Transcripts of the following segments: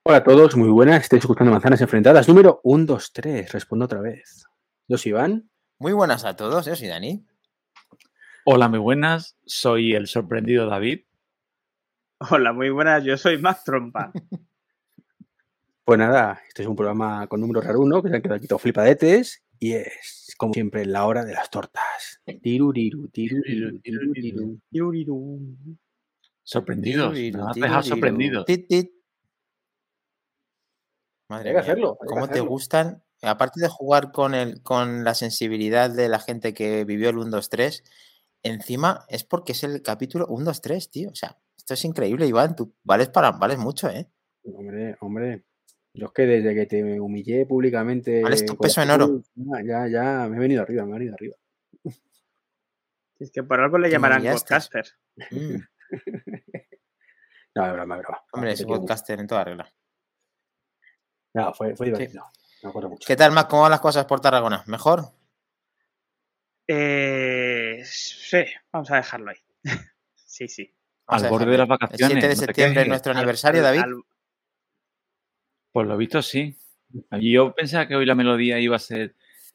Hola a todos, muy buenas. Estáis escuchando Manzanas Enfrentadas, número 1, 2, 3. Respondo otra vez. Yo soy Iván. Muy buenas a todos, yo soy Dani. Hola, muy buenas. Soy el sorprendido David. Hola, muy buenas. Yo soy Mac Trompa. Pues nada, este es un programa con número raro uno, que se han quedado aquí todos flipadetes. Y es, como siempre, la hora de las tortas. Tiruriru, tiruriru, tiruriru. Tiruriru. Sorprendidos. Tiruriru, Me has dejado tiruriru. sorprendido. Tit, tit. Madre Hay que mía, hacerlo, hay que ¿cómo te hacerlo. gustan? Aparte de jugar con la sensibilidad de la gente que vivió el 1, 2, 3, encima es porque es el capítulo 1, 2, 3, tío. O sea, esto es increíble, Iván. Tú vales mucho, ¿eh? Hombre. Yo es que desde que te humillé públicamente. Vales tu con peso en la- oro. Ya, me he venido arriba, Es que por algo le Te llamarán humillaste. podcaster. Mm. No, es broma. Hombre, Te es quiero mucho. podcaster en toda regla. No, fue divertido. Me acuerdo mucho. ¿Qué tal, Mac? ¿Cómo van las cosas por Tarragona? ¿Mejor? Sí, vamos a dejarlo ahí. Sí. Vamos Al a borde dejarlo de las ahí. vacaciones. El 7 de no te septiembre es quejes. nuestro aniversario, David. Por lo visto, sí. Yo pensaba que hoy la melodía iba a ser.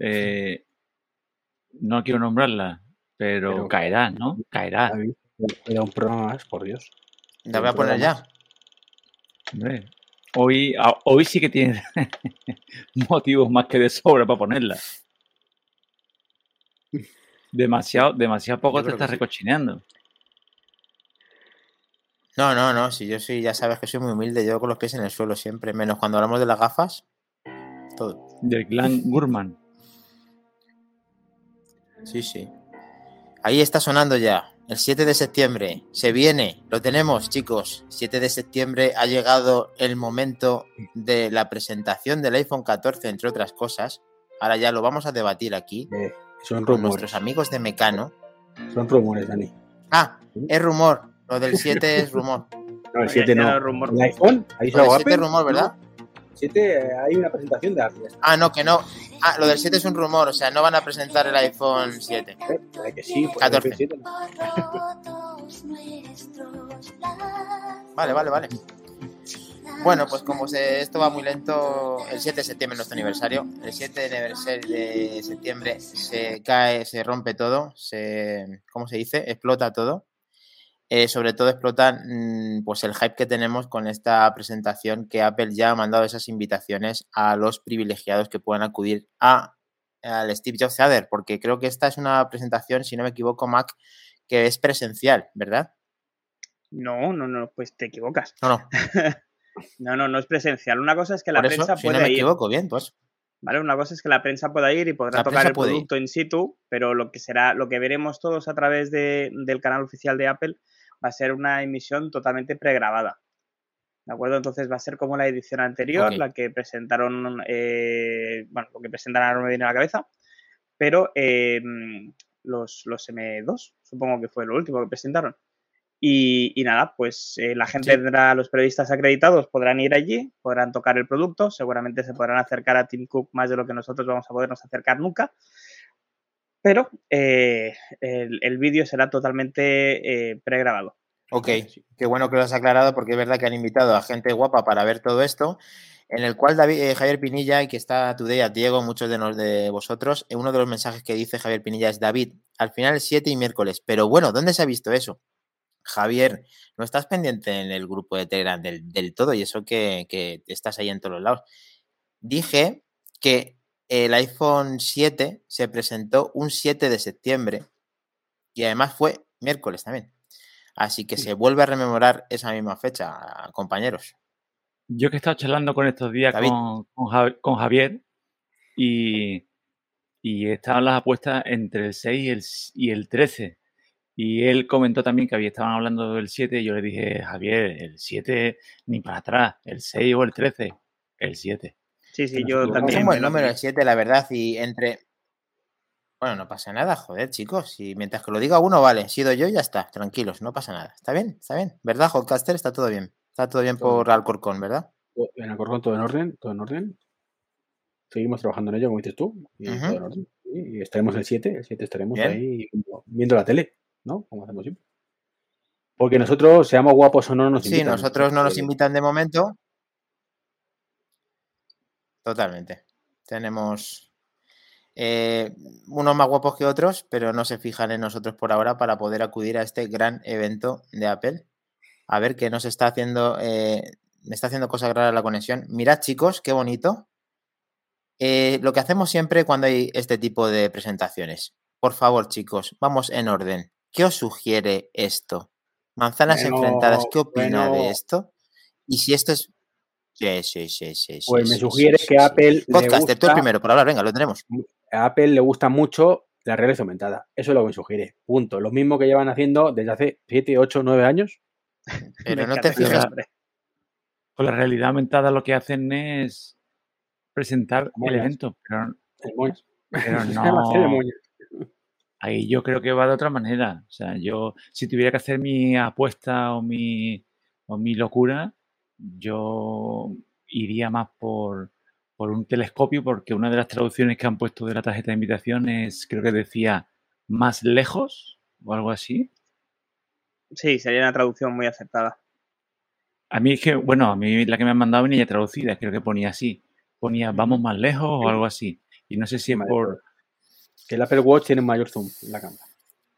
No quiero nombrarla, pero caerá, ¿no? Caerá. David, era un programa más, por Dios. La voy a poner ya. Hombre, hoy sí que tiene motivos más que de sobra para ponerla. Demasiado poco Yo te creo que estás sí. recochineando. No, si yo soy, ya sabes que soy muy humilde, yo con los pies en el suelo siempre, menos cuando hablamos de las gafas, todo. Del clan Gurman. Sí. Ahí está sonando ya, el 7 de septiembre, se viene, lo tenemos, chicos. 7 de septiembre ha llegado el momento de la presentación del iPhone 14, entre otras cosas. Ahora ya lo vamos a debatir aquí Son con rumores. nuestros amigos de Mecano. Son rumores, Dani. Ah, es rumor, lo del 7 es rumor. No, el 7 ya no. no es rumor. El iPhone, ahí Lo del algo 7 es Apple. rumor, ¿verdad? No, 7 hay una presentación de Apple. Ah, no, que no. Ah, lo del 7 es un rumor, o sea, no van a presentar el iPhone 7. Puede que sí, puede 14. que el 7 no. Vale. Bueno, pues como esto va muy lento, el 7 de septiembre es nuestro aniversario. El 7 de septiembre se cae, se rompe todo, ¿cómo se dice? Explota todo. Sobre todo explota pues el hype que tenemos con esta presentación, que Apple ya ha mandado esas invitaciones a los privilegiados que puedan acudir al Steve Jobs Theater, porque creo que esta es una presentación, si no me equivoco, Mac, que es presencial, ¿verdad? No, pues te equivocas. No. No es presencial. Una cosa es que Por la eso, prensa si puede no me ir. equivoco, bien, pues. ¿Vale? Una cosa es que la prensa pueda ir y podrá La tocar prensa el puede producto in situ, pero lo que veremos todos a través del canal oficial de Apple va a ser una emisión totalmente pregrabada. ¿De acuerdo? Entonces va a ser como la edición anterior, Ok. la que presentaron, lo que presentan ahora no me viene a la cabeza, pero los M2, supongo que fue lo último que presentaron. Y nada, pues la gente tendrá, los periodistas acreditados podrán ir allí, podrán tocar el producto, seguramente se podrán acercar a Tim Cook más de lo que nosotros vamos a podernos acercar nunca, pero el vídeo será totalmente pregrabado. Ok, qué bueno que lo has aclarado, porque es verdad que han invitado a gente guapa para ver todo esto, en el cual Javier Pinilla, y que está today, a Diego, muchos de vosotros, uno de los mensajes que dice Javier Pinilla es: David, al final 7 y miércoles, pero bueno, ¿dónde se ha visto eso? Javier, ¿no estás pendiente en el grupo de Telegram del todo? Y eso que estás ahí en todos los lados. Dije que el iPhone 7 se presentó un 7 de septiembre y además fue miércoles también. Así que se vuelve a rememorar esa misma fecha, compañeros. Yo que he estado charlando con estos días con Javier y estaban las apuestas entre el 6 y el 13. Y él comentó también que estaban hablando del 7 y yo le dije: Javier, el 7 ni para atrás, el 6 o el 13, el 7. Sí, yo también. Es un buen número el 7, la verdad, y entre... Bueno, no pasa nada, joder, chicos. Y mientras que lo diga uno, vale. Sido yo, ya está. Tranquilos, no pasa nada. ¿Está bien? ¿Verdad, Hotcaster? Está todo bien. Está todo bien por Alcorcón, ¿verdad? En Alcorcón todo en orden. Seguimos trabajando en ello, como dices tú. Y todo en orden. Y estaremos el 7 estaremos bien. Ahí viendo la tele, ¿no? Como hacemos siempre. Porque nosotros, seamos guapos o no, nos invitan. Sí, nosotros no nos invitan de momento. Totalmente. Tenemos unos más guapos que otros, pero no se fijan en nosotros por ahora para poder acudir a este gran evento de Apple. A ver qué nos está haciendo. Me está haciendo cosas raras la conexión. Mirad, chicos, qué bonito. Lo que hacemos siempre cuando hay este tipo de presentaciones. Por favor, chicos, vamos en orden. ¿Qué os sugiere esto? Manzanas enfrentadas, ¿qué opina de esto? Y si esto es... Sí. Pues me sugiere que a Apple le Podcaster, tú el gusta, primero, por hablar, venga, lo tenemos. a Apple le gusta mucho la realidad aumentada. Eso es lo que me sugiere. Punto. Lo mismo que llevan haciendo desde hace 7, 8, 9 años. Pero Me no te encanta ese fijas. nombre. Con la realidad aumentada lo que hacen es presentar el Moñas. evento, pero Pero no. Ahí yo creo que va de otra manera. O sea, yo, si tuviera que hacer mi apuesta o mi locura, yo iría más por un telescopio, porque una de las traducciones que han puesto de la tarjeta de invitación es, creo que decía, más lejos o algo así. Sí, sería una traducción muy acertada. A mí es que, bueno, a mí la que me han mandado venía ya traducida, creo que ponía así. Ponía vamos más lejos o algo así. Y no sé si es por... Que el Apple Watch tiene un mayor zoom en la cámara.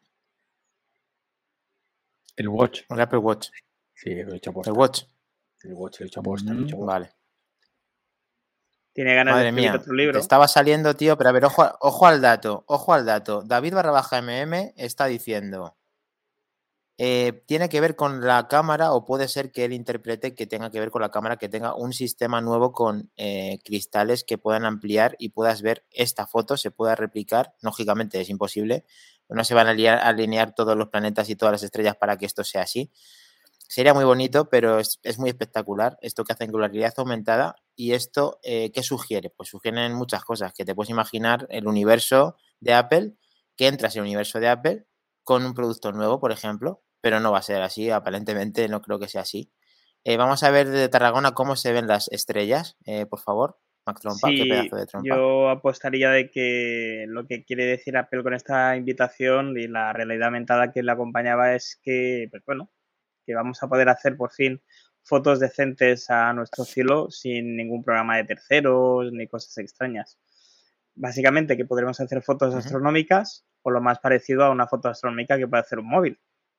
El Watch. El Apple Watch. Sí, lo he hecho aposta. El Watch. El Watch, lo he hecho aposta. Lo he hecho aposta. Vale. Tiene ganas Madre de escribir mía, otro libro. te estaba saliendo, tío, pero a ver, ojo al dato, ojo al dato. David _MM está diciendo, tiene que ver con la cámara, o puede ser que él interprete que tenga que ver con la cámara, que tenga un sistema nuevo con cristales que puedan ampliar y puedas ver esta foto, se pueda replicar. Lógicamente es imposible, no se van a alinear todos los planetas y todas las estrellas para que esto sea así. Sería muy bonito, pero es muy espectacular esto que hacen con la realidad aumentada. ¿Y esto qué sugiere? Pues sugieren muchas cosas, que te puedes imaginar el universo de Apple, que entras en el universo de Apple con un producto nuevo, por ejemplo, pero no va a ser así, aparentemente no creo que sea así. Vamos a ver de Tarragona cómo se ven las estrellas, por favor. Mac Trompa, Sí, qué pedazo de trompa. yo apostaría de que lo que quiere decir Apple con esta invitación y la realidad aumentada que le acompañaba es que, pues bueno, que vamos a poder hacer por fin fotos decentes a nuestro cielo sin ningún programa de terceros ni cosas extrañas. Básicamente que podremos hacer fotos astronómicas o lo más parecido a una foto astronómica que puede hacer un móvil.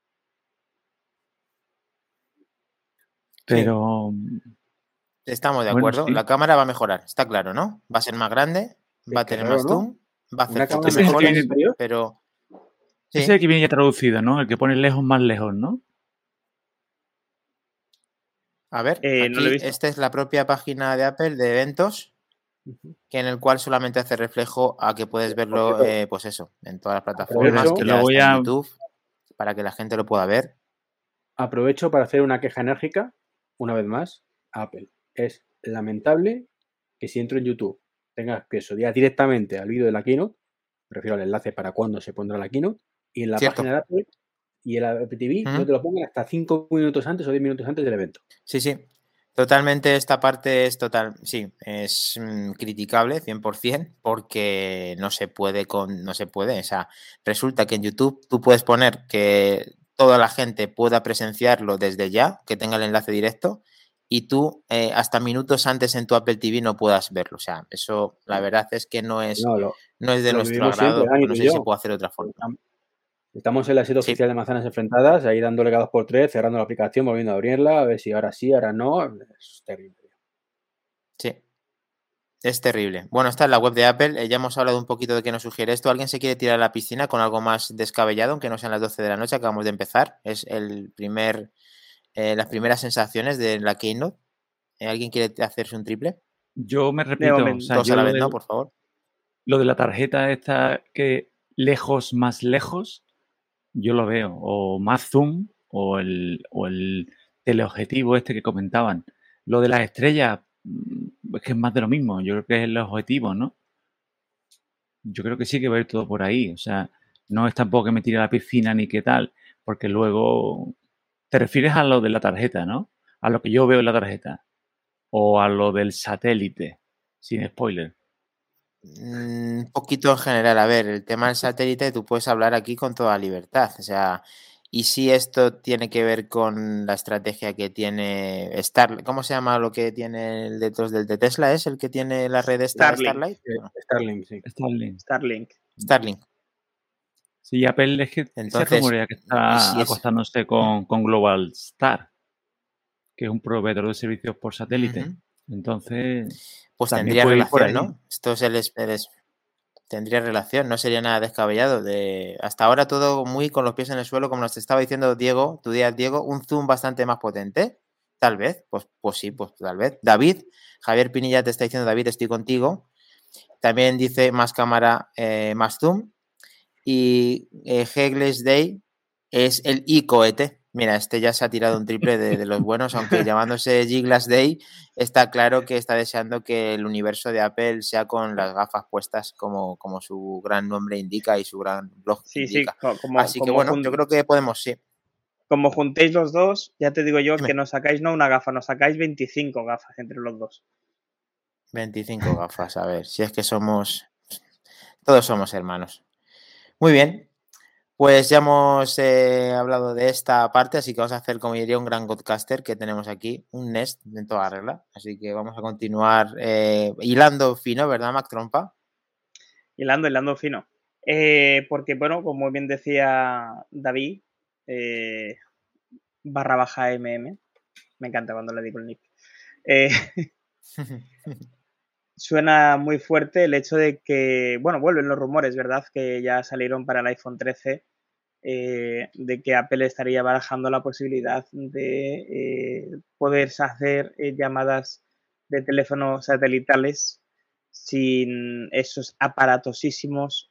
Pero... Estamos de acuerdo. Sí. La cámara va a mejorar, está claro, ¿no? Va a ser más grande, va a tener más zoom, va a hacer fotos mejores, pero... Sí. Ese es el que viene ya traducido, ¿no? El que pone lejos más lejos, ¿no? A ver, aquí, no lo he visto. Esta es la propia página de Apple de eventos, que en el cual solamente hace reflejo a que puedes verlo, pues eso, en todas las plataformas, que lo voy a YouTube, para que la gente lo pueda ver. Aprovecho para hacer una queja enérgica, una vez más, a Apple. Es lamentable que si entro en YouTube tenga acceso ya directamente al vídeo de la Keynote, me refiero al enlace para cuándo se pondrá la Keynote, y en la página de Apple y el Apple TV no te lo pongan hasta 5 minutos antes o 10 minutos antes del evento. Sí, sí. Totalmente, esta parte es es criticable 100%, porque no se puede, o sea, resulta que en YouTube tú puedes poner que toda la gente pueda presenciarlo desde ya, que tenga el enlace directo, y tú hasta minutos antes en tu Apple TV no puedas verlo. O sea, eso la verdad es que no es de nuestro agrado, no sé si se puede hacer de otra forma. Estamos en la sede oficial de Manzanas Enfrentadas, ahí dándole cada 2x3, cerrando la aplicación, volviendo a abrirla, a ver si ahora sí, ahora no. Es terrible. Sí, es terrible. Bueno, está en la web de Apple, ya hemos hablado un poquito de qué nos sugiere esto. ¿Alguien se quiere tirar a la piscina con algo más descabellado, aunque no sean las 12 de la noche? Acabamos de empezar, es las primeras sensaciones de la Keynote. ¿Alguien quiere hacerse un triple? Yo me repito, o sea, todos a la vez, ¿no? Por favor. Lo de la tarjeta esta que lejos más lejos, yo lo veo, o más zoom, o el teleobjetivo este que comentaban. Lo de las estrellas, es que es más de lo mismo, yo creo que es el objetivo, ¿no? Yo creo que sí que va a ir todo por ahí, o sea, no es tampoco que me tire a la piscina ni qué tal, porque luego te refieres a lo de la tarjeta, ¿no? A lo que yo veo en la tarjeta, o a lo del satélite, sin spoiler. Un poquito en general, a ver, el tema del satélite tú puedes hablar aquí con toda libertad, o sea, y si esto tiene que ver con la estrategia que tiene Starlink. ¿Cómo se llama lo que tiene el de Tesla? ¿Es el que tiene la red esta Starlight? Starlink, sí. Starlink. Sí, Apple es que Entonces, se rumorea que está acostándose con Global Star, que es un proveedor de servicios por satélite. Entonces, pues tendría relación, ¿no? Esto es tendría relación, no sería nada descabellado. Hasta ahora todo muy con los pies en el suelo, como nos estaba diciendo Diego, un zoom bastante más potente, tal vez, pues sí, pues tal vez. David, Javier Pinilla te está diciendo, David, estoy contigo. También dice más cámara, más zoom. Y Hegles Day es el iCohete. Mira, este ya se ha tirado un triple de los buenos, aunque llamándose Giglas Day, está claro que está deseando que el universo de Apple sea con las gafas puestas como su gran nombre indica y su gran blog indica. Sí, así que bueno, yo creo que podemos, sí. Como juntéis los dos, ya te digo yo que nos sacáis no una gafa, nos sacáis 25 gafas entre los dos. 25 gafas, a ver, si es que todos somos hermanos. Muy bien. Pues ya hemos hablado de esta parte, así que vamos a hacer, como diría un gran Godcaster que tenemos aquí, un Nest en toda regla. Así que vamos a continuar hilando fino, ¿verdad, Mac Trompa? Hilando fino. Porque, bueno, como bien decía David, /MM, me encanta cuando le digo el nick. Suena muy fuerte el hecho de que, bueno, vuelven los rumores, ¿verdad? Que ya salieron para el iPhone 13. De que Apple estaría barajando la posibilidad de poder hacer llamadas de teléfonos satelitales sin esos aparatosísimos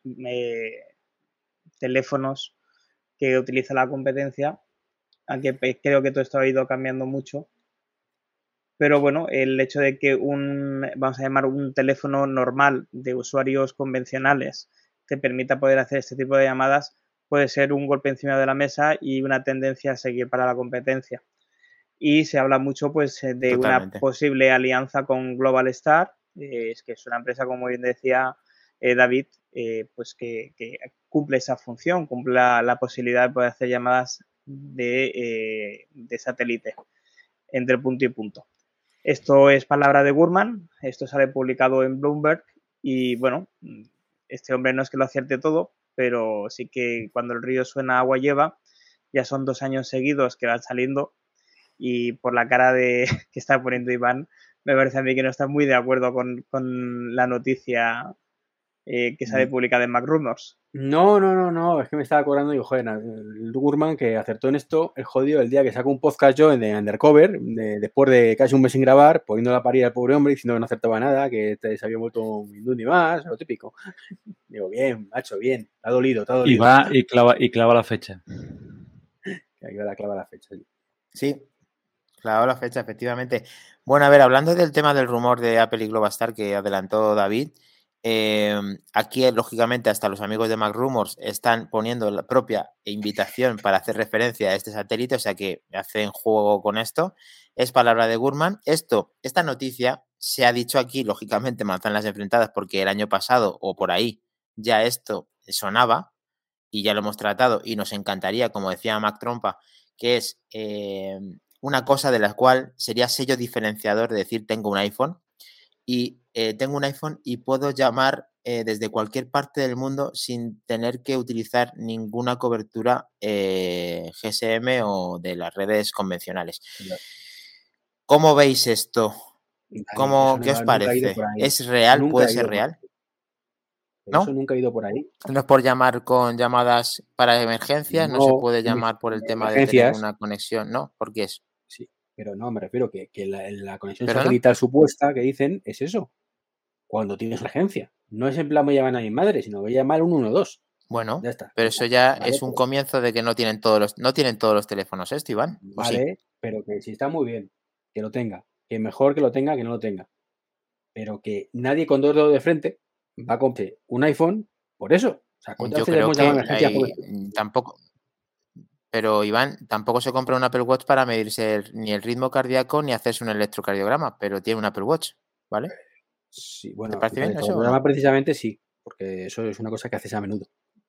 teléfonos que utiliza la competencia, aunque creo que todo esto ha ido cambiando mucho. Pero bueno, el hecho de que vamos a llamar un teléfono normal de usuarios convencionales te permita poder hacer este tipo de llamadas puede ser un golpe encima de la mesa y una tendencia a seguir para la competencia. Y se habla mucho pues de Totalmente. una posible alianza con Global Star, que es una empresa, como bien decía David, pues que cumple esa función, cumple la posibilidad de poder hacer llamadas de satélite entre punto y punto. Esto es palabra de Gurman, esto sale publicado en Bloomberg y bueno, este hombre no es que lo acierte todo, pero sí que cuando el río suena agua lleva, ya son 2 años seguidos que van saliendo y por la cara que está poniendo Iván, me parece a mí que no está muy de acuerdo con la noticia que sale publicada en MacRumors. No, es que me estaba acordando y digo, joder, el Gurman que acertó en esto, el jodido, el día que sacó un podcast yo de Undercover, después de casi un mes sin grabar, poniéndole a parir al pobre hombre, diciendo que no acertaba nada, que se había vuelto un indundi más, lo típico. Digo, bien, macho, bien, te ha dolido. Y va y clava la fecha. Ahí va la clava la fecha. Sí, clava la fecha, efectivamente. Bueno, a ver, hablando del tema del rumor de Apple y Global Star que adelantó David, aquí, lógicamente, hasta los amigos de MacRumors están poniendo la propia invitación para hacer referencia a este satélite, o sea que hacen juego con esto. Es palabra de Gurman. Esta noticia se ha dicho aquí, lógicamente, manzanas enfrentadas, porque el año pasado o por ahí ya esto sonaba y ya lo hemos tratado y nos encantaría, como decía Mac Trompa, que es una cosa de la cual sería sello diferenciador de decir tengo un iPhone y tengo un iPhone y puedo llamar desde cualquier parte del mundo sin tener que utilizar ninguna cobertura GSM o de las redes convencionales. ¿Cómo veis esto? ¿Qué os parece? ¿Es real? ¿Puede ser real? ¿No? Eso nunca ha ido por ahí. No es por llamar con llamadas para emergencias, no se puede llamar por el tema de tener una conexión, ¿no? ¿Por qué es? Sí, pero no, me refiero que la conexión satelital supuesta que dicen es eso. Cuando tienes urgencia. No es en plan me llaman a mi madre, sino voy a llamar un 112. Bueno, ya está. Pero eso ya es un comienzo de que no tienen todos los teléfonos, ¿esto, Iván? Vale, sí. Pero que si está muy bien, que lo tenga. Que mejor que lo tenga que no lo tenga. Pero que nadie con dos dedos de frente va a comprar un iPhone por eso. O sea, ¿cuántas veces hemos llamado a emergencias? Tampoco. Pero, Iván, tampoco se compra un Apple Watch para medirse ni el ritmo cardíaco ni hacerse un electrocardiograma, pero tiene un Apple Watch, ¿vale? Sí, bueno, ¿te parece bien eso? El programa precisamente sí, porque eso es una cosa que haces a menudo.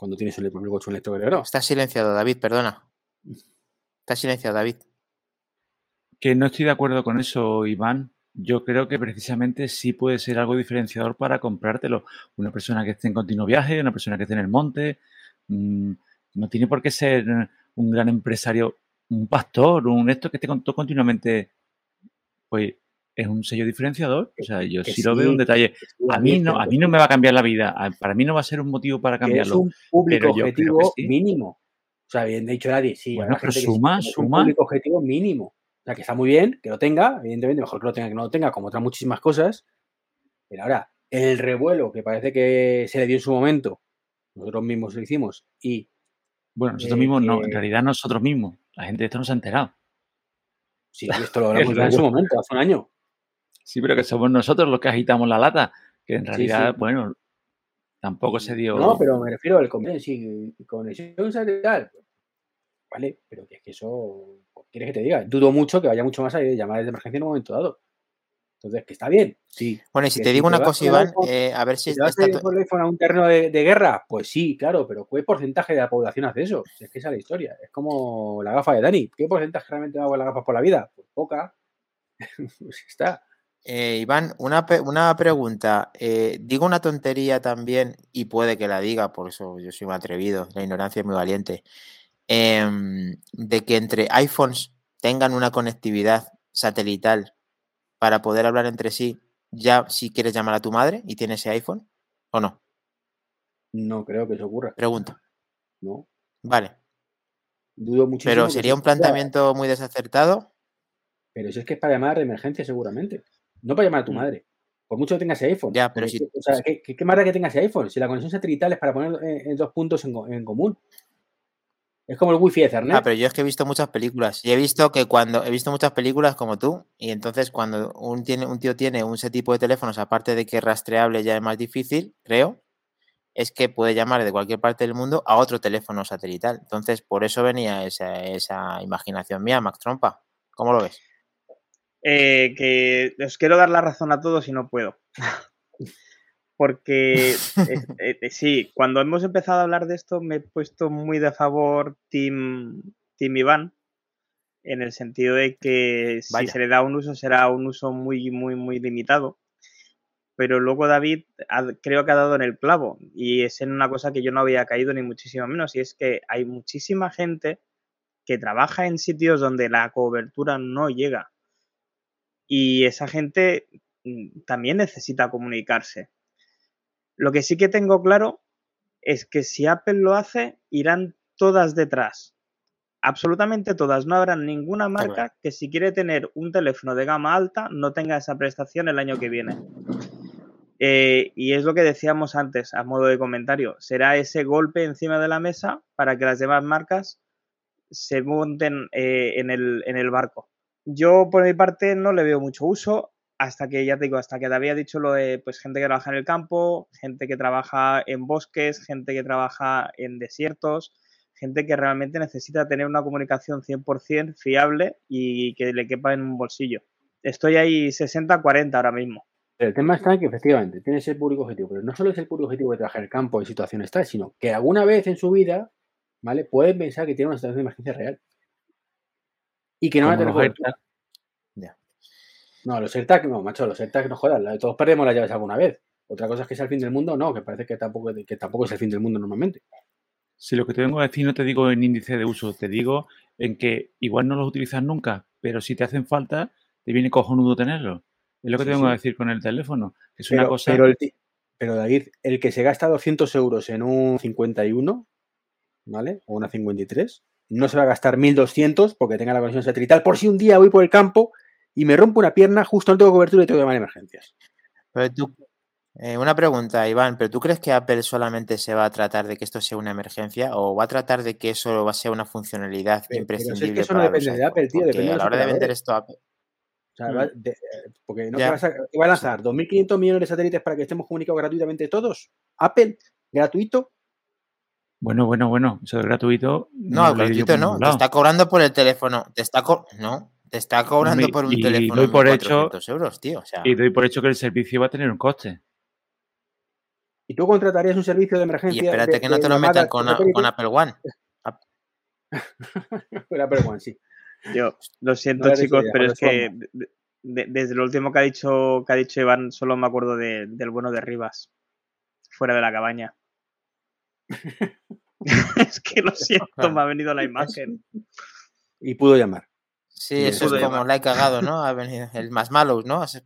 cuando tienes el Apple Watch electrocardiograma. Está silenciado, David, perdona. Está silenciado, David. Que no estoy de acuerdo con eso, Iván. Yo creo que precisamente sí puede ser algo diferenciador para comprártelo. Una persona que esté en continuo viaje, una persona que esté en el monte. No tiene por qué ser un gran empresario, un pastor, esto que esté continuamente. Pues es un sello diferenciador. O sea, yo sí lo veo un detalle. A mí no me va a cambiar la vida. Para mí no va a ser un motivo para cambiarlo. Es un público pero yo objetivo creo que sí. mínimo. O sea, bien dicho nadie, sí. Bueno, pero suma. Un público objetivo mínimo. O sea, que está muy bien que lo tenga, evidentemente, mejor que lo tenga que no lo tenga, como otras muchísimas cosas. Pero ahora, el revuelo que parece que se le dio en su momento, nosotros mismos lo hicimos y... Bueno, nosotros mismos no, en realidad nosotros mismos. La gente de esto no se ha enterado. Sí, esto lo hablamos ya en su momento, hace un año. Sí, pero que somos nosotros los que agitamos la lata, que en realidad, bueno, tampoco se dio... No, pero me refiero al conexión satelital. Vale, pero que es que eso, ¿quieres que te diga? Dudo mucho que vaya mucho más allá de llamadas de emergencia en un momento dado. Entonces, que está bien, sí. Bueno, y si te digo una cosa, Iván, a ver si... ¿Te vas a ir por el iPhone a un terreno de guerra? Pues sí, claro, pero ¿qué porcentaje de la población hace eso? Es que esa es la historia. Es como la gafa de Dani. ¿Qué porcentaje realmente va con las gafas por la vida? Pues poca. Pues está. Iván, una pregunta. Digo una tontería también, y puede que la diga, por eso yo soy muy atrevido, la ignorancia es muy valiente, de que entre iPhones tengan una conectividad satelital para poder hablar entre sí, ya si quieres llamar a tu madre y tienes ese iPhone, ¿o no? No creo que eso ocurra. Pregunta. No. Vale. Dudo muchísimo. Pero sería un planteamiento muy desacertado. Pero eso es que es para llamar de emergencia seguramente. No para llamar a tu madre. Por mucho que tengas ese iPhone. Ya, pero si... O sea, ¿qué más da que tengas ese iPhone? Si la conexión satelital es para poner en 2 puntos en común. Es como el wifi de Ethernet. Pero yo es que he visto muchas películas. Y he visto muchas películas como tú. Y entonces cuando un tío tiene ese tipo de teléfonos, aparte de que rastreable ya es más difícil, creo, es que puede llamar de cualquier parte del mundo a otro teléfono satelital. Entonces, por eso venía esa imaginación mía, Max Trompa. ¿Cómo lo ves? Que os quiero dar la razón a todos y no puedo. Porque sí, cuando hemos empezado a hablar de esto me he puesto muy de favor Team Iván, en el sentido de que si se le da un uso será un uso muy, muy, muy limitado. Pero luego David creo que ha dado en el clavo y es en una cosa que yo no había caído ni muchísimo menos, y es que hay muchísima gente que trabaja en sitios donde la cobertura no llega y esa gente también necesita comunicarse. Lo que sí que tengo claro es que si Apple lo hace, irán todas detrás. Absolutamente todas. No habrá ninguna marca que si quiere tener un teléfono de gama alta no tenga esa prestación el año que viene. Y es lo que decíamos antes, a modo de comentario. Será ese golpe encima de la mesa para que las demás marcas se monten en el barco. Yo, por mi parte, no le veo mucho uso hasta que, ya te digo, hasta que te había dicho lo de pues, gente que trabaja en el campo, gente que trabaja en bosques, gente que trabaja en desiertos, gente que realmente necesita tener una comunicación 100% fiable y que le quepa en un bolsillo. Estoy ahí 60-40 ahora mismo. El tema está en que efectivamente tiene ese público objetivo, pero no solo es el público objetivo de trabajar en el campo en situaciones tal, sino que alguna vez en su vida, ¿vale? Pueden pensar que tiene una situación de emergencia real. Y que no van a tener cobertura. No, los AirTags, no, macho, los AirTags no jodas, todos perdemos las llaves alguna vez. Otra cosa es que sea el fin del mundo, no, que parece que tampoco es el fin del mundo normalmente. Si lo que te vengo a decir no te digo en índice de uso, te digo en que igual no los utilizas nunca, pero si te hacen falta, te viene cojonudo tenerlos. Es lo que te vengo a decir con el teléfono. Es una cosa... Pero David, el que se gasta 200 euros en un 51, ¿vale? O una 53, no se va a gastar 1.200 porque tenga la conexión satelital por si un día voy por el campo y me rompo una pierna, justo no tengo cobertura y tengo que llamar a emergencias. Pero tú, una pregunta, Iván, ¿pero tú crees que Apple solamente se va a tratar de que esto sea una emergencia o va a tratar de que eso va a ser una funcionalidad imprescindible? Pero es que eso no depende de Apple, tío, depende a la hora de vender esto a Apple. O sea, porque no te va a lanzar 2.500 millones de satélites para que estemos comunicados gratuitamente todos. Apple, gratuito. Bueno, eso es gratuito. No, gratuito no. Te está cobrando por el teléfono. Te está cobrando por un teléfono doy por 400 euros, tío. O sea. Y doy por hecho que el servicio va a tener un coste. ¿Y tú contratarías un servicio de Y emergencia? espérate que no te lo metan con Apple One. Con Apple One, sí. Yo lo siento, No eres chicos, idea, pero José es que desde lo último que ha dicho Iván, solo me acuerdo del bueno de Rivas, fuera de la cabaña. Es que lo siento, me ha venido la imagen. Y pudo llamar. Sí, eso es como la he cagado, ¿no? Ha venido el más malo, ¿no? Sí.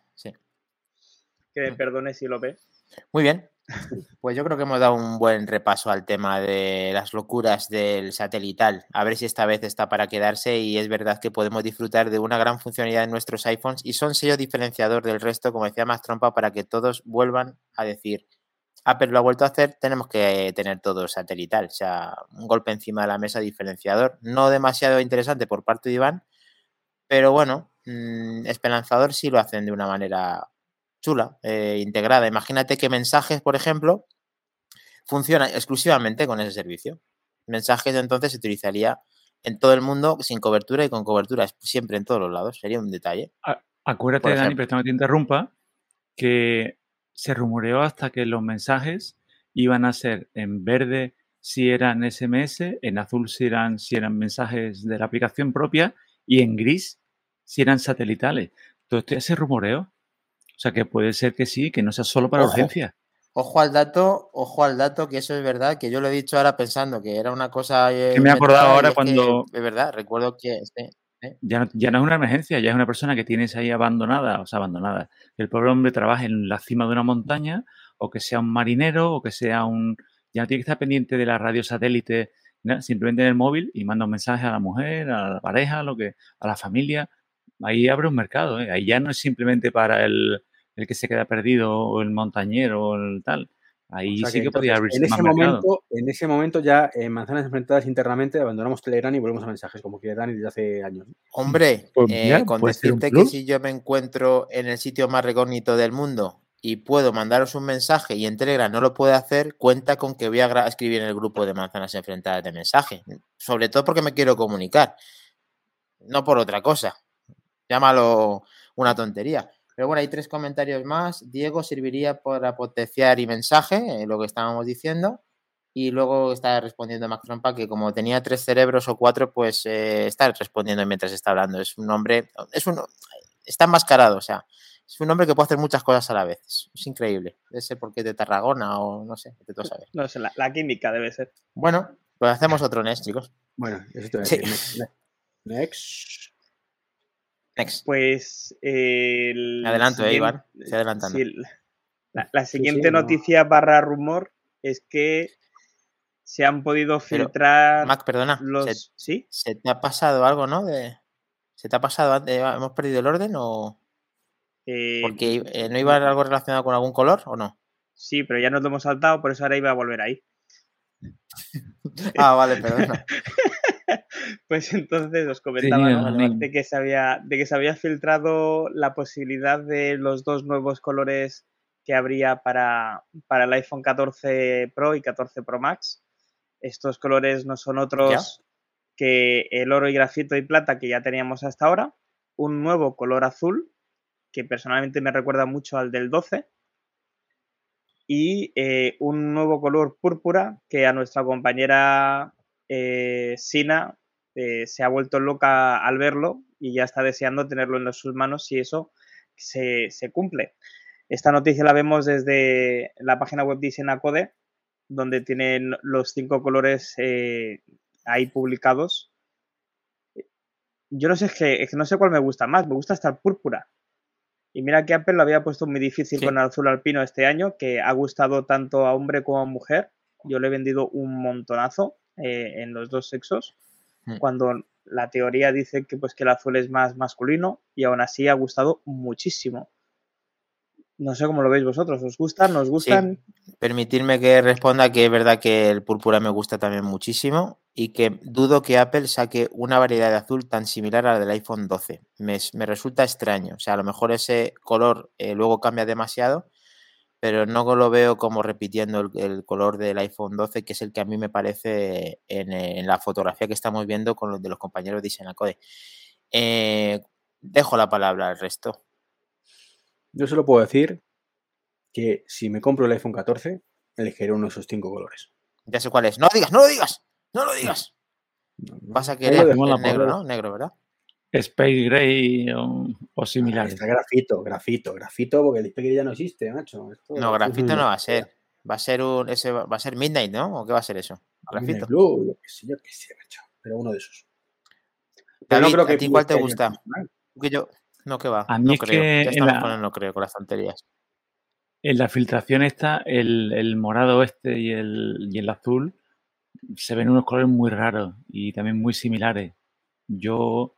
Que me perdone si lo ve. Muy bien. Pues yo creo que hemos dado un buen repaso al tema de las locuras del satelital. A ver si esta vez está para quedarse y es verdad que podemos disfrutar de una gran funcionalidad en nuestros iPhones y son sello diferenciador del resto, como decía Max Trompa, para que todos vuelvan a decir Apple lo ha vuelto a hacer, tenemos que tener todo satelital. O sea, un golpe encima de la mesa diferenciador. No demasiado interesante por parte de Iván, pero bueno, esperanzador sí lo hacen de una manera chula, integrada. Imagínate que mensajes, por ejemplo, funcionan exclusivamente con ese servicio. Mensajes entonces se utilizaría en todo el mundo sin cobertura y con cobertura siempre en todos los lados. Sería un detalle. Acuérdate, Dani, pero no te interrumpa, que se rumoreó hasta que los mensajes iban a ser en verde si eran SMS, en azul si eran mensajes de la aplicación propia y en gris si eran satelitales. Todo esto ya se rumoreó. O sea que puede ser que sí, que no sea solo para urgencias. Ojo al dato, que eso es verdad, que yo lo he dicho ahora pensando que era una cosa... que me he acordado ahora cuando... Es verdad, recuerdo que... Ya no es una emergencia, ya es una persona que tienes ahí abandonada, que el pobre hombre trabaje en la cima de una montaña, o que sea un marinero, o que sea un... Ya no tiene que estar pendiente de la radio satélite, ¿no? Simplemente en el móvil y manda un mensaje a la mujer, a la pareja, a la familia. Ahí abre un mercado, ¿eh? Ahí ya no es simplemente para el que se queda perdido, o el montañero, o el tal. Ahí o sea sí que podía abrirse en más mercado. En ese momento ya en Manzanas Enfrentadas internamente abandonamos Telegram y volvemos a mensajes, como quiere Dani desde hace años. Hombre, con decirte que si yo me encuentro en el sitio más recógnito del mundo y puedo mandaros un mensaje y en Telegram no lo puedo hacer, cuenta con que voy a escribir en el grupo de Manzanas Enfrentadas de mensaje. Sobre todo porque me quiero comunicar. No por otra cosa. Llámalo una tontería. Pero bueno, hay 3 comentarios más. Diego serviría para potenciar y mensaje, lo que estábamos diciendo. Y luego está respondiendo Max Trompa que como tenía 3 cerebros o 4, pues está respondiendo mientras está hablando. Es un hombre, está enmascarado, o sea, es un hombre que puede hacer muchas cosas a la vez. Es increíble. Debe ser porque es de Tarragona o no sé, de todo saber. No sé, la química debe ser. Bueno, pues hacemos otro next, chicos. Bueno, eso te voy a decir. Next. Pues adelanto, Iván. Estoy adelantando. Sí, la siguiente noticia / rumor es que se han podido filtrar. Mac, perdona. ¿Sí? ¿Se te ha pasado algo, no? ¿Se te ha pasado? ¿Hemos perdido el orden o...? Porque ¿no iba algo relacionado con algún color o no? Sí, pero ya nos lo hemos saltado, por eso ahora iba a volver ahí. Vale, perdona. Pues entonces os comentaba, ¿no? de que se había filtrado la posibilidad de los 2 nuevos colores que habría para el iPhone 14 Pro y 14 Pro Max. Estos colores no son otros que el oro y grafito y plata que ya teníamos hasta ahora, un nuevo color azul que personalmente me recuerda mucho al del 12 y un nuevo color púrpura que a nuestra compañera Sina se ha vuelto loca al verlo y ya está deseando tenerlo en sus manos si eso se cumple. Esta noticia la vemos desde la página web de Isenacode, donde tienen los 5 colores ahí publicados. Yo no sé, es que no sé cuál me gusta más, me gusta hasta el púrpura. Y mira que Apple lo había puesto muy difícil con el azul alpino este año, que ha gustado tanto a hombre como a mujer. Yo le he vendido un montonazo en los 2 sexos, cuando la teoría dice que, pues, que el azul es más masculino y aún así ha gustado muchísimo. No sé cómo lo veis vosotros, ¿os gustan? ¿Nos gustan? Sí. Permitidme que responda que es verdad que el púrpura me gusta también muchísimo y que dudo que Apple saque una variedad de azul tan similar a la del iPhone 12. Me resulta extraño. O sea, a lo mejor ese color luego cambia demasiado, pero no lo veo como repitiendo el color del iPhone 12, que es el que a mí me parece en la fotografía que estamos viendo con los de los compañeros de Isenacode. Dejo la palabra al resto. Yo solo puedo decir que si me compro el iPhone 14, elegiré uno de esos 5 colores. Ya sé cuál es. ¡No lo digas! ¡No lo digas! ¡No lo digas! Vas a querer el negro, ¿no? Negro, ¿verdad? Space Gray o similares. Está grafito, porque el display ya no existe, macho. No, grafito no va a ser. Va a ser Midnight, ¿no? ¿O qué va a ser eso? Grafito. Blue, yo qué sé, macho. Pero uno de esos. Pero David, no creo que ¿a ti cuál te gusta? Que yo... No, que va. A mí no es creo. Que ya estamos con el no creo, con las tonterías. En la filtración está el morado y el azul. Se ven unos colores muy raros y también muy similares. Yo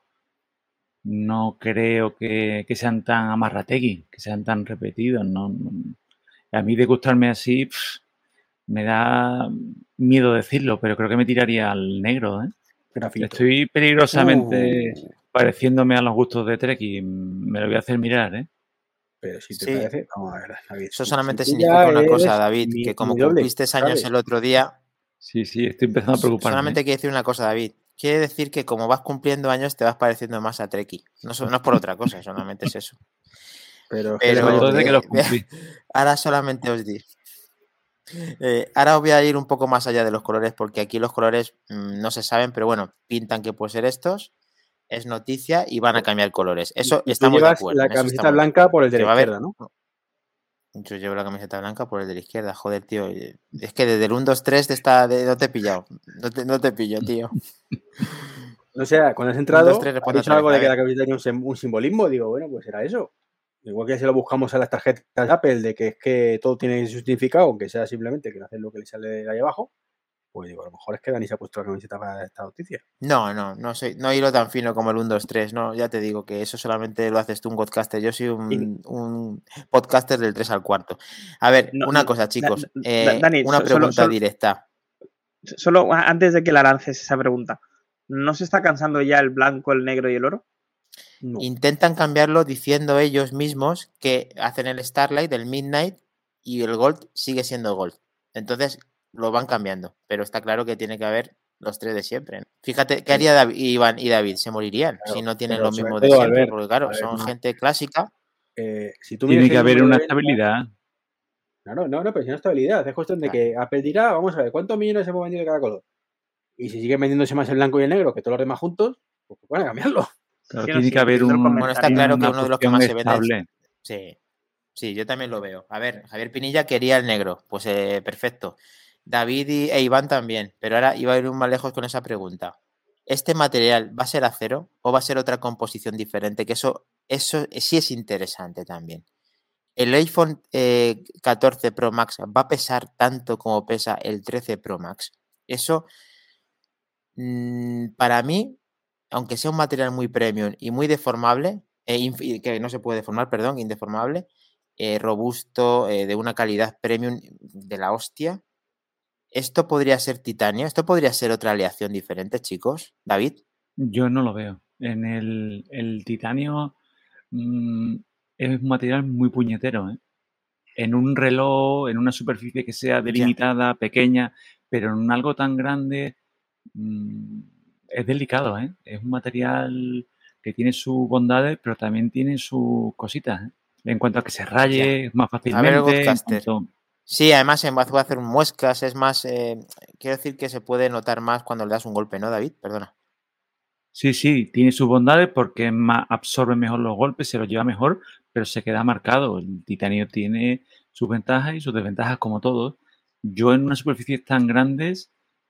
no creo que sean tan amarrategui, que sean tan repetidos. No. A mí de gustarme así, me da miedo decirlo, pero creo que me tiraría al negro. Grafito. Estoy peligrosamente pareciéndome a los gustos de Trek y me lo voy a hacer mirar, Pero si te parece, vamos a ver, David. Eso solamente significa una cosa, David, que como cumpliste años el otro día... Sí, estoy empezando a preocuparme. Solamente quiero decir una cosa, David. Quiere decir que como vas cumpliendo años te vas pareciendo más a Trekkie. No es por otra cosa, solamente es eso. Pero desde que los cumplí. Ahora solamente os digo. Ahora os voy a ir un poco más allá de los colores, porque aquí los colores no se saben, pero bueno, pintan que pueden ser estos. Es noticia y van a cambiar colores. Eso estamos de acuerdo. La camiseta blanca por el de la izquierda, ¿no? Yo llevo la camiseta blanca por el de la izquierda. Joder, tío. Es que desde el 1, 2, 3 no te he pillado. No te pillo, tío. No sé, cuando has entrado, has dicho algo de que la camiseta tenía un simbolismo. Digo, bueno, pues era eso. Igual que si lo buscamos a las tarjetas de Apple, de que es que todo tiene su significado, aunque sea simplemente que no hacen lo que le sale de ahí abajo. Pues digo, a lo mejor es que Dani se ha puesto la camiseta para esta noticia. No hilo tan fino como el 1, 2, 3, no, ya te digo que eso solamente lo haces tú un podcaster, yo soy un podcaster del 3 al 4. A ver, una cosa, chicos, Dani, una pregunta directa. Solo antes de que la lances esa pregunta, ¿no se está cansando ya el blanco, el negro y el oro? No. Intentan cambiarlo diciendo ellos mismos que hacen el Starlight, el Midnight y el Gold sigue siendo Gold. Entonces lo van cambiando, pero está claro que tiene que haber los 3 de siempre. Fíjate, ¿qué haría Iván y David? Se morirían si no tienen los mismos de siempre, porque claro, son gente clásica. Si tú tiene que haber una estabilidad. Claro, no, pero si no estabilidad, es cuestión de que Apple dirá, vamos a ver, ¿cuántos millones hemos vendido de cada color? Y si sigue vendiéndose más el blanco y el negro que todos los demás juntos, pues van a cambiarlo. Claro, tiene que haber Bueno, está claro que uno de los que más se vende. Sí, yo también lo veo. A ver, Javier Pinilla quería el negro, pues perfecto. David e Iván también, pero ahora iba a ir más lejos con esa pregunta. ¿Este material va a ser acero o va a ser otra composición diferente? Que eso sí es interesante también. ¿El iPhone 14 Pro Max va a pesar tanto como pesa el 13 Pro Max? Eso, para mí, aunque sea un material muy premium y muy deformable, que no se puede deformar, perdón, indeformable, robusto, de una calidad premium de la hostia, ¿esto podría ser titanio? ¿Esto podría ser otra aleación diferente, chicos? ¿David? Yo no lo veo. En el titanio es un material muy puñetero, ¿eh? En un reloj, en una superficie que sea delimitada, pequeña, pero en algo tan grande es delicado, ¿eh? Es un material que tiene sus bondades, pero también tiene sus cositas, ¿eh? En cuanto a que se raye más fácilmente. A ver, Godcaster. Sí, además en vez de hacer muescas, es más, quiero decir que se puede notar más cuando le das un golpe, ¿no, David? Perdona. Sí, tiene sus bondades porque absorbe mejor los golpes, se los lleva mejor, pero se queda marcado. El titanio tiene sus ventajas y sus desventajas como todo. Yo en unas superficies tan grandes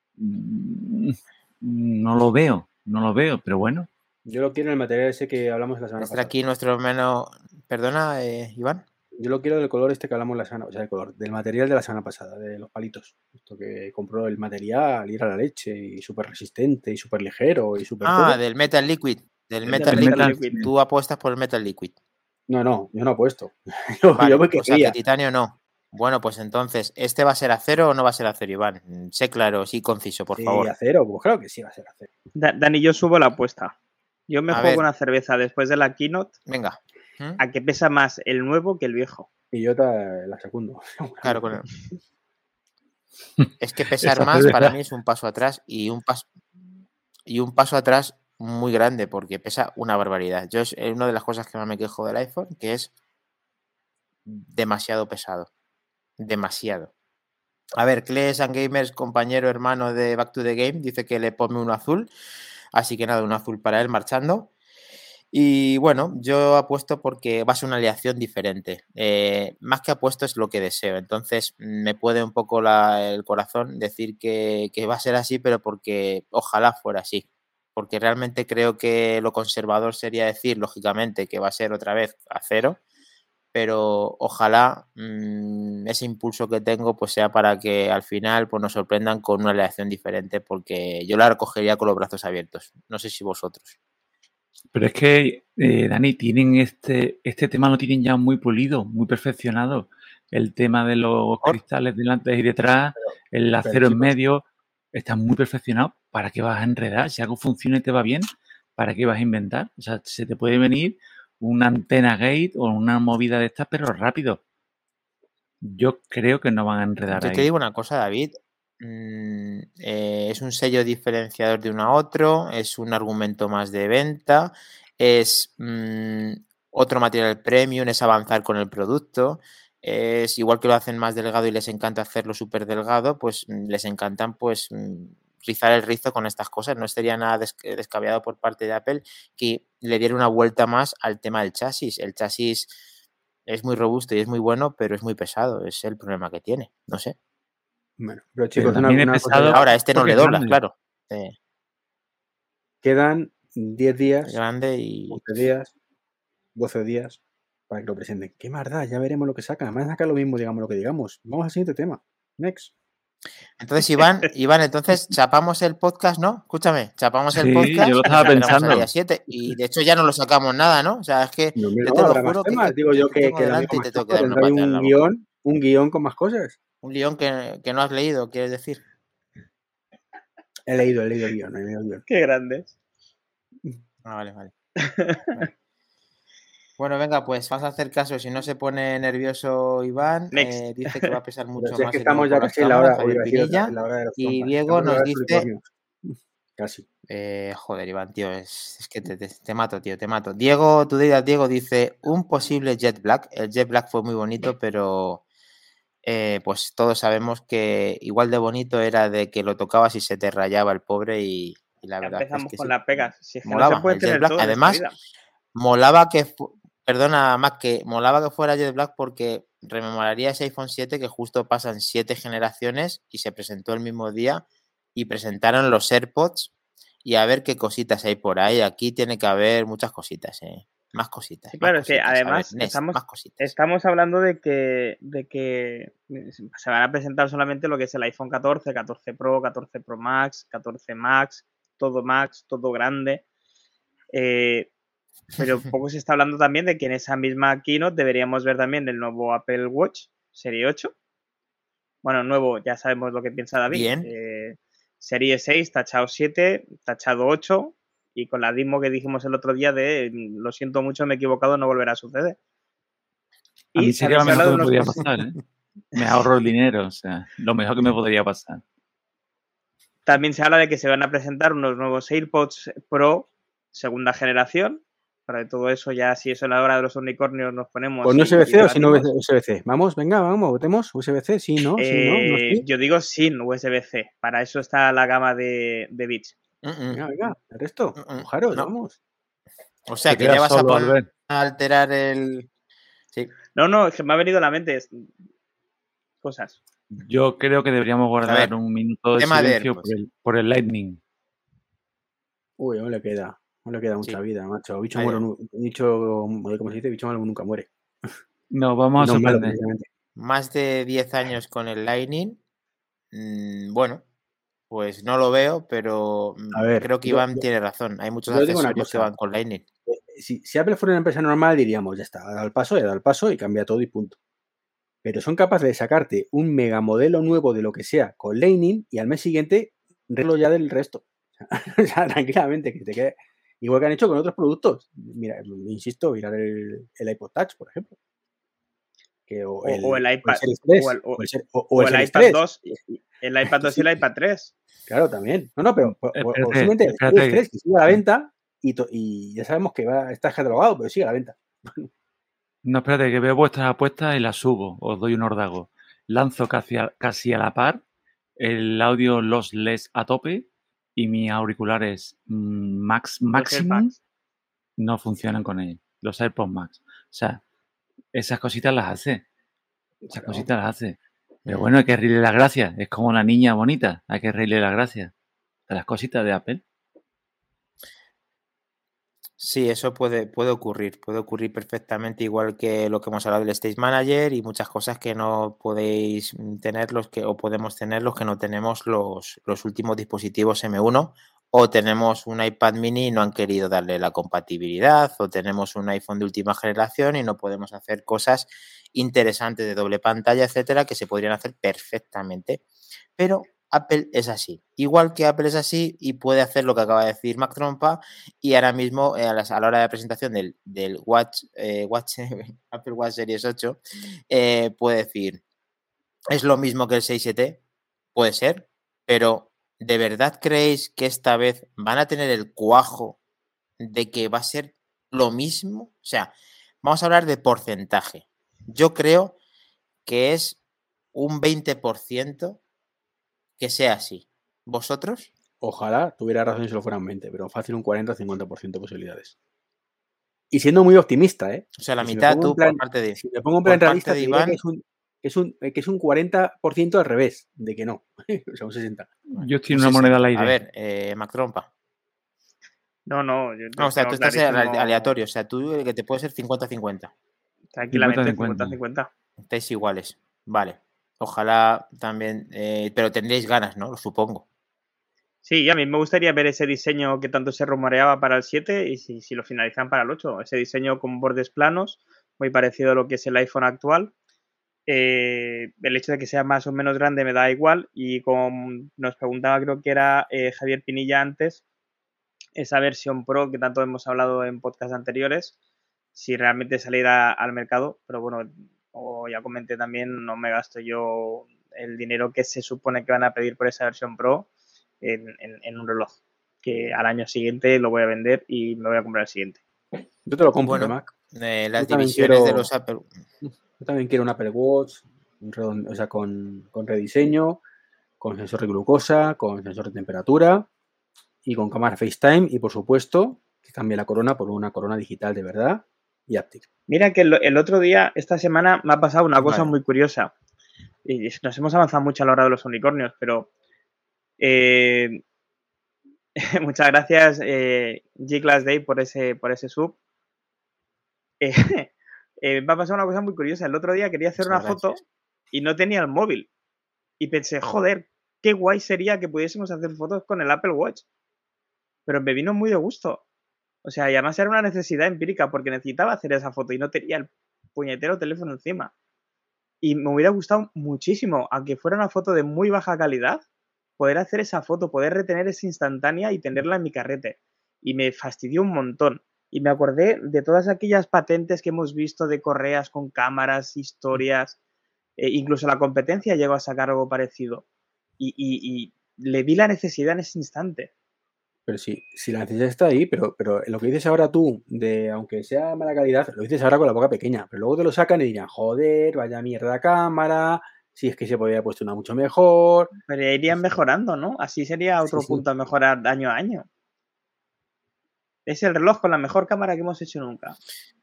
no lo veo, pero bueno. Yo lo quiero en el material ese que hablamos la semana pasada. Aquí nuestro hermano... Perdona, Iván. Yo lo quiero del color este que hablamos la semana, o sea, del material de la semana pasada, de los palitos. Esto que compró el material, ir a la leche, y súper resistente, y súper ligero, y súper todo. Del Metal Liquid. Del Metal Liquid. Tú apuestas por el Metal Liquid. No, yo no apuesto. Yo me quería. Que titanio no. Bueno, pues entonces, ¿este va a ser acero o no va a ser acero, Iván? Sé claro, sí conciso, por favor. Sí, acero, pues claro que sí va a ser acero. Dani, yo subo la apuesta. Yo me juego una cerveza después de la keynote. Venga. A que pesa más el nuevo que el viejo. Y yo la secundo. Claro, con él. Es que pesar más para mí es un paso atrás y un paso atrás muy grande porque pesa una barbaridad. Es una de las cosas que más me quejo del iPhone, que es demasiado pesado. demasiado. A ver, Cles and Gamers, compañero hermano de Back to the Game, dice que le pone uno azul. Así que nada, un azul para él marchando. Y bueno, yo apuesto porque va a ser una aleación diferente. Más que apuesto es lo que deseo. Entonces me puede un poco el corazón decir que va a ser así, pero porque ojalá fuera así. Porque realmente creo que lo conservador sería decir, lógicamente, que va a ser otra vez a 0. Pero ojalá ese impulso que tengo pues sea para que al final pues nos sorprendan con una aleación diferente, porque yo la recogería con los brazos abiertos. No sé si vosotros. Pero es que, Dani, tienen este tema lo tienen ya muy pulido, muy perfeccionado. El tema de los cristales delante y detrás, el acero en medio, está muy perfeccionado. ¿Para qué vas a enredar? Si algo funciona y te va bien, ¿para qué vas a inventar? O sea, se te puede venir una antena gate o una movida de estas, pero rápido. Yo creo que no van a enredar ahí. Yo te digo una cosa, David. Es un sello diferenciador de uno a otro, es un argumento más de venta, es otro material premium, es avanzar con el producto, es igual que lo hacen más delgado y les encanta hacerlo súper delgado, pues les encantan pues rizar el rizo con estas cosas. No sería nada descabellado por parte de Apple que le diera una vuelta más al tema del chasis. El chasis es muy robusto y es muy bueno, pero es muy pesado, es el problema que tiene, no sé. Bueno, pero chicos, pero una pesado, ahora este no le doblas, claro. Quedan 10 días, grande y 11 días, 12 días para que lo presenten. ¿Qué más da? Ya veremos lo que sacan. Además, sacan lo mismo, digamos lo que digamos. Vamos al siguiente tema. Next. Entonces, Iván, entonces chapamos el podcast, ¿no? Escúchame, chapamos el podcast. Yo lo estaba pensando. Al día 7, y de hecho ya no lo sacamos nada, ¿no? O sea, es que no, yo te lo juro que digo yo que delante y te tengo que dar una patada en la boca. Un guión con más cosas. Un guión que no has leído, quieres decir. He leído el guión. Qué grandes. Vale. Bueno, venga, pues vas a hacer caso. Si no se pone nervioso Iván, dice que va a pesar mucho más. Es que estamos ya casi en la hora, Pinilla, de los y Diego nos dice... Casi. Joder, Iván, tío, es que te mato, tío, te mato. Diego dice un posible Jet Black. El Jet Black fue muy bonito, pero pues todos sabemos que igual de bonito era de que lo tocabas y se te rayaba el pobre, y la verdad empezamos es que con sí. las pegas. Si es que molaba, no se puede tener todo. Además, molaba que... Perdona, Mac, que molaba que fuera Jet Black porque rememoraría ese iPhone 7 que justo pasan 7 generaciones y se presentó el mismo día y presentaron los AirPods, y a ver qué cositas hay por ahí. Aquí tiene que haber muchas cositas, más cositas. Sí, claro, más es que además ver, estamos hablando de que se van a presentar solamente lo que es el iPhone 14, 14 Pro, 14 Pro Max, 14 Max, todo grande. Pero poco se está hablando también de que en esa misma keynote deberíamos ver también el nuevo Apple Watch Serie 8. Bueno, nuevo, ya sabemos lo que piensa David. Bien. Serie 6, tachado 7, tachado 8, y con la demo que dijimos el otro día de lo siento mucho, me he equivocado, no volverá a suceder. A mí sería lo mejor que me podría pasar, ¿eh? Me ahorro el dinero, o sea, lo mejor que me podría pasar. También se habla de que se van a presentar unos nuevos AirPods Pro segunda generación. Para todo eso, ya si eso en la hora de los unicornios nos ponemos... ¿Con USB-C o sin USB-C? Vamos, venga, votemos. ¿USB-C? Sí, ¿no? Sí. Yo digo sin USB-C. Para eso está la gama de Beats. Venga, el resto. Mojaros, vamos. O sea, que ya vas a alterar el... Sí. No, es que me ha venido a la mente cosas. Yo creo que deberíamos guardar un minuto de silencio por el Lightning. Uy, no le queda mucha vida, macho. Bicho muero, ¿cómo se dice? Bicho malo nunca muere. No, vamos a sorprender. Más de 10 años con el Lightning. Bueno, pues no lo veo, pero creo que Iván tiene razón. Hay muchos accesorios que van con Lightning. Si Apple fuera una empresa normal, diríamos, ya está, da el paso y cambia todo y punto. Pero son capaces de sacarte un mega modelo nuevo de lo que sea con Lightning y al mes siguiente reglo ya del resto. O sea, tranquilamente, que te quede. Igual que han hecho con otros productos. Mira, insisto, mirar el iPod Touch, por ejemplo. O el iPad. O el iPad 2. El iPad 2 y el iPad 3. Claro, también. No, pero posiblemente el 3 que sigue a la venta y ya sabemos que está catalogado, pero sigue a la venta. No, espérate, que veo vuestras apuestas y las subo. Os doy un ordago. lanzo casi a la par el audio lossless a tope y mis auriculares Maximum no funcionan con ellos. Los AirPods Max. O sea, esas cositas las hace. Esas cositas las hace. Pero bueno, hay que reírle las gracias. Es como la niña bonita. Hay que reírle las gracias de las cositas de Apple. Sí, eso puede ocurrir perfectamente, igual que lo que hemos hablado del Stage Manager y muchas cosas que no podéis tener o podemos tener los que no tenemos los últimos dispositivos M1, o tenemos un iPad mini y no han querido darle la compatibilidad, o tenemos un iPhone de última generación y no podemos hacer cosas interesantes de doble pantalla, etcétera, que se podrían hacer perfectamente. Pero Apple es así. Igual que Apple es así y puede hacer lo que acaba de decir Mac Trompa, y ahora mismo a la hora de la presentación del Apple Watch Series 8 puede decir, es lo mismo que el 6-7, puede ser, pero ¿de verdad creéis que esta vez van a tener el cuajo de que va a ser lo mismo? O sea, vamos a hablar de porcentaje. Yo creo que es un 20% que sea así. ¿Vosotros? Ojalá tuviera razón y solo fueran 20, pero fácil un 40-50% de posibilidades. Y siendo muy optimista, ¿eh? O sea, la mitad tú por parte de... Si me pongo en plan realista, te diría que es un 40% al revés, de que no. O sea, un 60. Yo estoy en una moneda al aire. A ver, Mac Trompa. No. O sea, tú estás aleatorio. O sea, tú que te puede ser 50-50. Tranquilamente 50-50. Estáis iguales. Vale. Ojalá también... pero tendréis ganas, ¿no? Lo supongo. Sí, a mí me gustaría ver ese diseño que tanto se rumoreaba para el 7 y si lo finalizan para el 8. Ese diseño con bordes planos, muy parecido a lo que es el iPhone actual. El hecho de que sea más o menos grande me da igual, y como nos preguntaba, creo que era Javier Pinilla antes, esa versión Pro que tanto hemos hablado en podcasts anteriores, si realmente saliera al mercado, pero bueno, como ya comenté también, no me gasto yo el dinero que se supone que van a pedir por esa versión Pro en un reloj, que al año siguiente lo voy a vender y me voy a comprar el siguiente. Yo te lo compro, bueno, Mac. Las divisiones de los Apple... Yo también quiero un Apple Watch, o sea, con rediseño, con sensor de glucosa, con sensor de temperatura y con cámara FaceTime, y por supuesto que cambie la corona por una corona digital de verdad y áptica. Mira que el otro día, esta semana, me ha pasado una cosa muy curiosa. Y nos hemos avanzado mucho a la hora de los unicornios, pero muchas gracias G-Class Day por ese sub. Me ha pasado una cosa muy curiosa. El otro día quería hacer una foto y no tenía el móvil. Y pensé, joder, qué guay sería que pudiésemos hacer fotos con el Apple Watch. Pero me vino muy de gusto. O sea, y además era una necesidad empírica porque necesitaba hacer esa foto y no tenía el puñetero teléfono encima. Y me hubiera gustado muchísimo, aunque fuera una foto de muy baja calidad, poder hacer esa foto, poder retener esa instantánea y tenerla en mi carrete. Y me fastidió un montón. Y me acordé de todas aquellas patentes que hemos visto de correas con cámaras, historias. Incluso la competencia llegó a sacar algo parecido. Y le vi la necesidad en ese instante. Pero sí, si la necesidad está ahí, pero lo que dices ahora tú, de aunque sea mala calidad, lo dices ahora con la boca pequeña, pero luego te lo sacan y dirán, joder, vaya mierda cámara, si es que se podría haber puesto una mucho mejor. Pero ya irían mejorando, ¿no? Así sería otro punto a mejorar año a año. Es el reloj con la mejor cámara que hemos hecho nunca.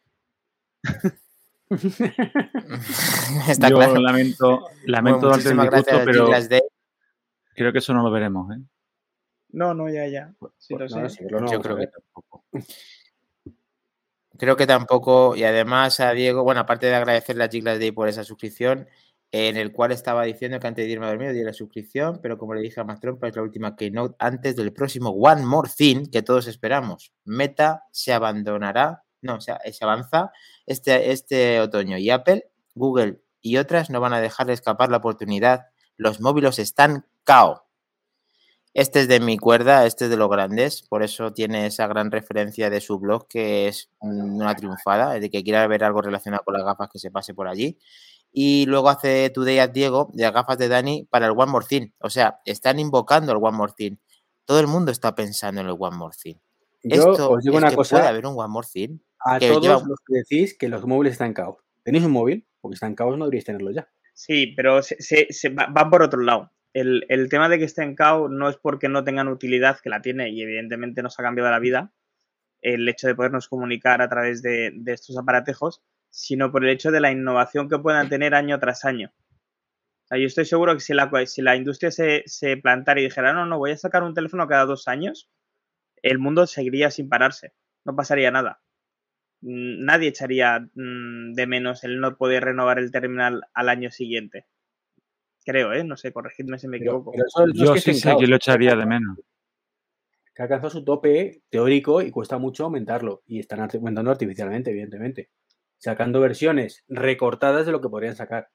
Está Yo claro. lamento bueno, darte el disgusto, pero creo que eso no lo veremos, ¿eh? No, ya. Sí, pues lo no, sé. Yo creo que tampoco. Creo que tampoco, y además a Diego, bueno, aparte de agradecerle a G-Class Day por esa suscripción, en el cual estaba diciendo que antes de irme a dormir di la suscripción, pero como le dije a Mac Trompa, es la última keynote antes del próximo One More Thing que todos esperamos. Meta se abandonará, no, o sea, se avanza este otoño, y Apple, Google y otras no van a dejar de escapar la oportunidad. Los móviles están cao. Este es de mi cuerda, este es de los grandes, por eso tiene esa gran referencia de su blog, que es una triunfada, de que quiera ver algo relacionado con las gafas que se pase por allí. Y luego hace Today at Diego de las gafas de Dani para el One More Thing. O sea, están invocando el One More Thing. Todo el mundo está pensando en el One More Thing. Yo os digo una cosa, puede haber un One More Thing. A todos los que decís que los móviles están caos. ¿Tenéis un móvil? Porque están caos no deberíais tenerlo ya. Sí, pero van por otro lado. El tema de que esté en KAO no es porque no tengan utilidad, que la tiene y evidentemente nos ha cambiado la vida, el hecho de podernos comunicar a través de estos aparatejos, sino por el hecho de la innovación que puedan tener año tras año. O sea, yo estoy seguro que si la industria se plantara y dijera, no, voy a sacar un teléfono cada 2 años, el mundo seguiría sin pararse, no pasaría nada. Nadie echaría de menos el no poder renovar el terminal al año siguiente. Creo, no sé, corregidme si me equivoco. Pero eso no Yo es que sí sé que lo echaría de menos. Que ha alcanzado su tope teórico y cuesta mucho aumentarlo. Y están aumentando artificialmente, evidentemente. Sacando versiones recortadas de lo que podrían sacar.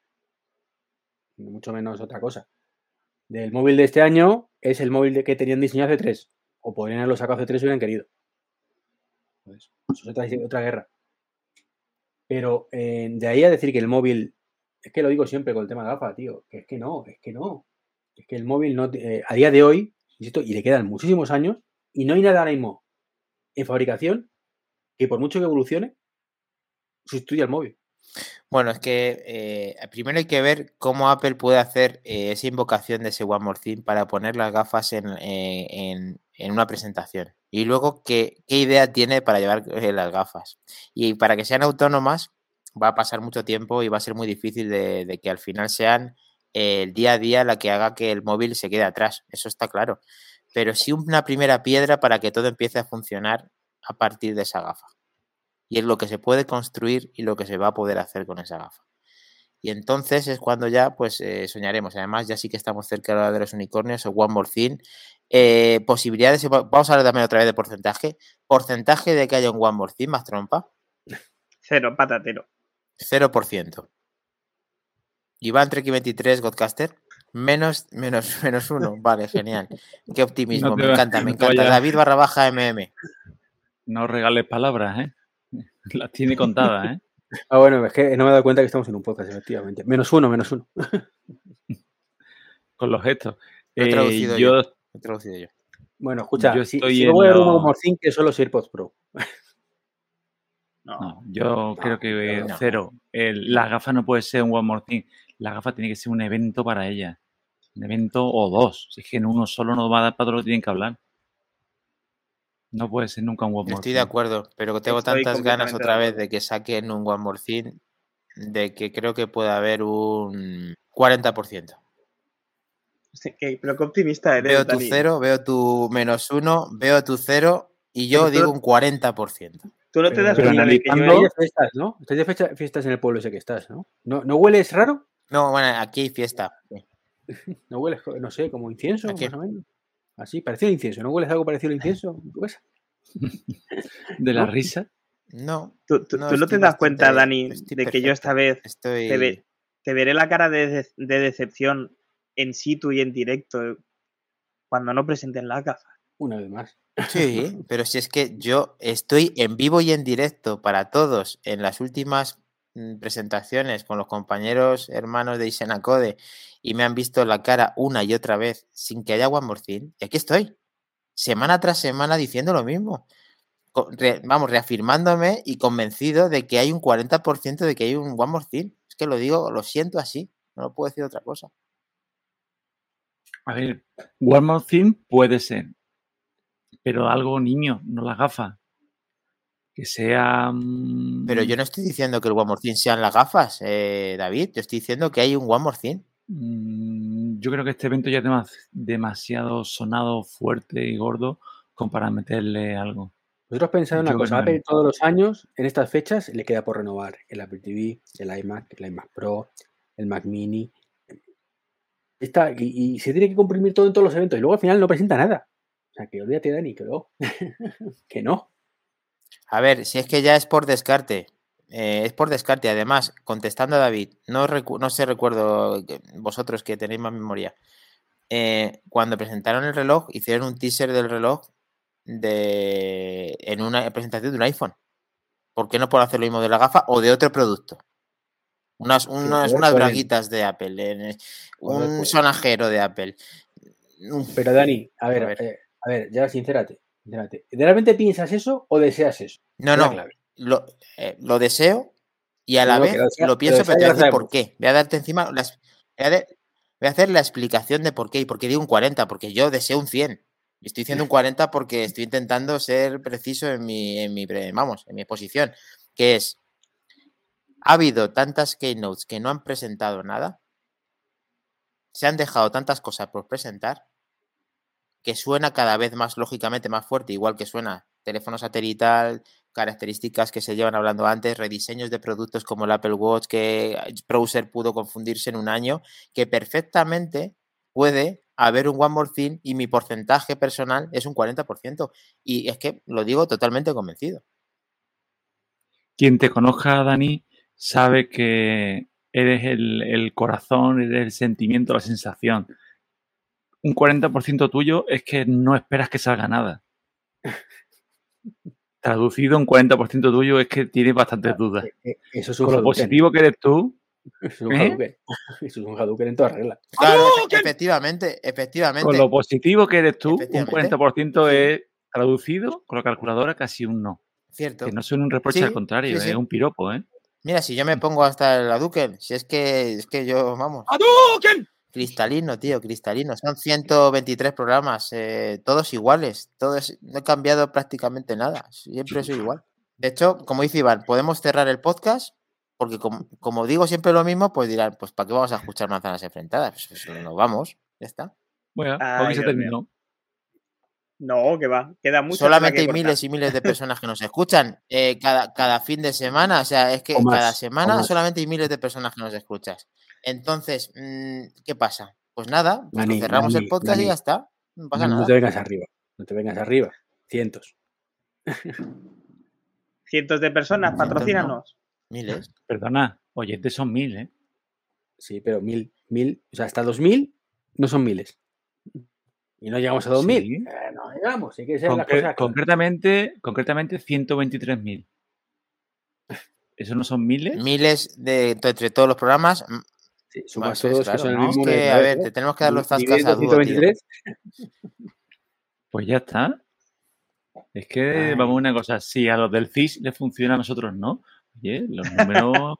Mucho menos otra cosa. Del móvil de este año es el móvil que tenían diseñado hace 3. O podrían haberlo sacado hace 3 si hubieran querido. Pues, eso es otra guerra. Pero de ahí a decir que el móvil... Es que lo digo siempre con el tema de gafas, tío. Que es que no. Es que el móvil no... a día de hoy, insisto, y le quedan muchísimos años, y no hay nada ahora mismo en fabricación que por mucho que evolucione, sustituya al móvil. Bueno, es que primero hay que ver cómo Apple puede hacer esa invocación de ese One More Thing para poner las gafas en una presentación. Y luego, ¿qué idea tiene para llevar las gafas? Y para que sean autónomas, va a pasar mucho tiempo y va a ser muy difícil de que al final sean el día a día la que haga que el móvil se quede atrás. Eso está claro. Pero sí una primera piedra para que todo empiece a funcionar a partir de esa gafa. Y es lo que se puede construir y lo que se va a poder hacer con esa gafa. Y entonces es cuando ya pues soñaremos. Además ya sí que estamos cerca de los unicornios o One More Thing. Posibilidades, vamos a hablar también otra vez de porcentaje. Porcentaje de que haya un One More Thing más trompa. 0, patatero. 0%. Iván Trek 23, Godcaster. Menos 1. Vale, genial. Qué optimismo, me encanta. David _MM. No regales palabras, Las tiene contadas, Bueno, es que no me he dado cuenta que estamos en un podcast, efectivamente. -1. Con los gestos. Lo he traducido yo. Bueno, escucha, yo si estoy luego hay un One More Thing, que son los AirPods Pro. No, yo creo que 0. La gafa no puede ser un One More Thing. La gafa tiene que ser un evento para ella. Un evento o 2. Si es que en uno solo no va a dar para todo lo que tienen que hablar. No puede ser nunca un One More Thing. Estoy de acuerdo, pero tengo tantas ganas otra vez de que saquen un One More Thing, de que creo que puede haber un 40%. Pero qué optimista eres, Veo tu Dani. 0, veo tu -1, veo tu 0 y yo digo un 40%. Tú no te das cuenta de que yo de fiestas, ¿no? Estás de fiestas en el pueblo ese que estás, ¿no? ¿No hueles raro? No, bueno, aquí hay fiesta. ¿No hueles, no sé, como incienso, ¿Aquí? más o menos? Así, parecido al incienso. ¿No hueles algo parecido al incienso? ¿De la risa? No. ¿Tú no te das cuenta, Dani, de que yo esta vez te veré la cara de decepción en situ y en directo cuando no presenten la gafa? Una vez más. Sí, pero si es que yo estoy en vivo y en directo para todos en las últimas presentaciones con los compañeros hermanos de Isenacode y me han visto la cara una y otra vez sin que haya One More Thing. Y aquí estoy, semana tras semana diciendo lo mismo. Reafirmándome y convencido de que hay un 40% de que hay un One More Thing. Es que lo digo, lo siento así, no lo puedo decir otra cosa. A ver, One More Thing puede ser, pero algo niño, no las gafas. Que sea... Pero yo no estoy diciendo que el One More Thing sean las gafas, David. Yo estoy diciendo que hay un One More Thing. Yo creo que este evento ya es demasiado sonado, fuerte y gordo como para meterle algo. Vosotros pensáis una cosa, Apple todos los años, en estas fechas, le queda por renovar el Apple TV, el iMac Pro, el Mac Mini. Y se tiene que comprimir todo en todos los eventos y luego al final no presenta nada. O sea, que olvídate, Dani, que no. Que no. A ver, si es que ya es por descarte. Es por descarte. Además, contestando a David, no sé, recuerdo vosotros que tenéis más memoria. Cuando presentaron el reloj, hicieron un teaser del reloj en una presentación de un iPhone. ¿Por qué no por hacer lo mismo de la gafa o de otro producto? Unas braguitas de Apple, un sonajero de Apple. Pero Dani, a ver, ya sincérate. ¿De repente piensas eso o deseas eso? No. Lo deseo Y a la vez lo pienso, pero te voy a decir por qué. Voy a darte encima voy a hacer la explicación de por qué. ¿Y por qué digo un 40? Porque yo deseo un 100. Y estoy diciendo un 40 porque estoy intentando ser preciso en mi exposición. Que es, ha habido tantas keynotes que no han presentado nada. Se han dejado tantas cosas por presentar que suena cada vez más lógicamente más fuerte, igual que suena teléfono satelital, características que se llevan hablando antes, rediseños de productos como el Apple Watch, que Browser pudo confundirse en un año, que perfectamente puede haber un One More Thing y mi porcentaje personal es un 40%. Y es que lo digo totalmente convencido. Quien te conozca, Dani, sabe que eres el corazón, eres el sentimiento, la sensación. Un 40% tuyo es que no esperas que salga nada. Traducido, un 40% tuyo es que tienes bastantes dudas. Eso es un Con lo positivo que eres tú. Eso es un Hadouken en toda regla. Claro, efectivamente. Con lo positivo que eres tú, un Efectivamente. 40% es traducido con la calculadora casi un no. Cierto. Que no son un reproche, Sí, al contrario, sí. es un piropo, ¿eh? Mira, si yo me pongo hasta el Hadouken, si es que yo, vamos. ¡Hadouken! Cristalino, tío, cristalino. Son 123 programas, todos iguales. Todos, no he cambiado prácticamente nada. Siempre soy igual. De hecho, como dice Iván, podemos cerrar el podcast porque como digo siempre lo mismo, pues dirán, pues ¿para qué vamos a escuchar manzanas enfrentadas? Pues nos vamos, ya está. Bueno, hoy se terminó. No, que va, queda mucho. Solamente hay miles y miles de personas que nos escuchan cada fin de semana. O sea, es que cada semana solamente hay miles de personas que nos escuchan. Entonces, ¿qué pasa? Pues nada, pues cerramos el podcast y ya está. No pasa nada. No te vengas arriba. Cientos. Cientos de personas, patrocínanos. Miles. Perdona, oyentes son 1000, ¿eh? Sí, pero 1000, o sea, hasta 2000 no son miles. Y no llegamos a 2000. Sí. No llegamos, hay que ser las cosas. Concretamente 123.000. ¿Eso no son miles? Miles entre todos los programas. Sí, sumas todos, claro, que son el ¿no? mismo. Es que, a ver, te tenemos que dar los tascas a dúo, tío. Pues ya está. Es que, vamos a una cosa, si a los del CIS les funciona, a nosotros no. Oye, los números...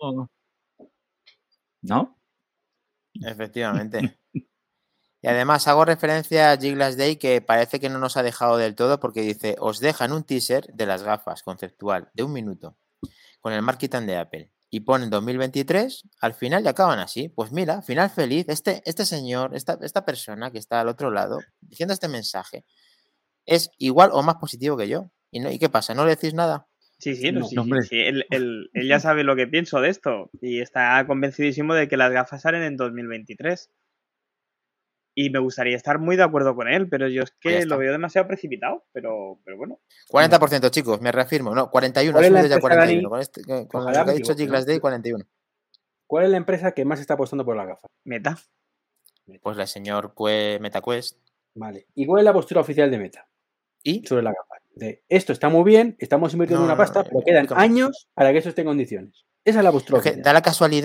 ¿No? Efectivamente. Y además hago referencia a Giglas Day, que parece que no nos ha dejado del todo, porque dice, os dejan un teaser de las gafas conceptual de 1 minuto con el marketing de Apple y ponen 2023 al final y acaban así. Pues mira, final feliz. Este señor, esta persona que está al otro lado diciendo este mensaje es igual o más positivo que yo. ¿Y qué pasa? ¿No le decís nada? Sí. Él ya sabe lo que pienso de esto y está convencidísimo de que las gafas salen en 2023. Y me gustaría estar muy de acuerdo con él, pero yo es que lo veo demasiado precipitado, pero bueno. 40%, chicos, me reafirmo. No, 41, es ya 41. Con lo que ha dicho Giglas Day, 41. ¿Cuál es la empresa que más está apostando por las gafas? Meta. Pues la señor MetaQuest. Vale. ¿Y cuál es la postura oficial de Meta? ¿Y? Sobre la gafa. Esto está muy bien, estamos invirtiendo una pasta, pero quedan años para que eso esté en condiciones. Esa es la postura oficial. Da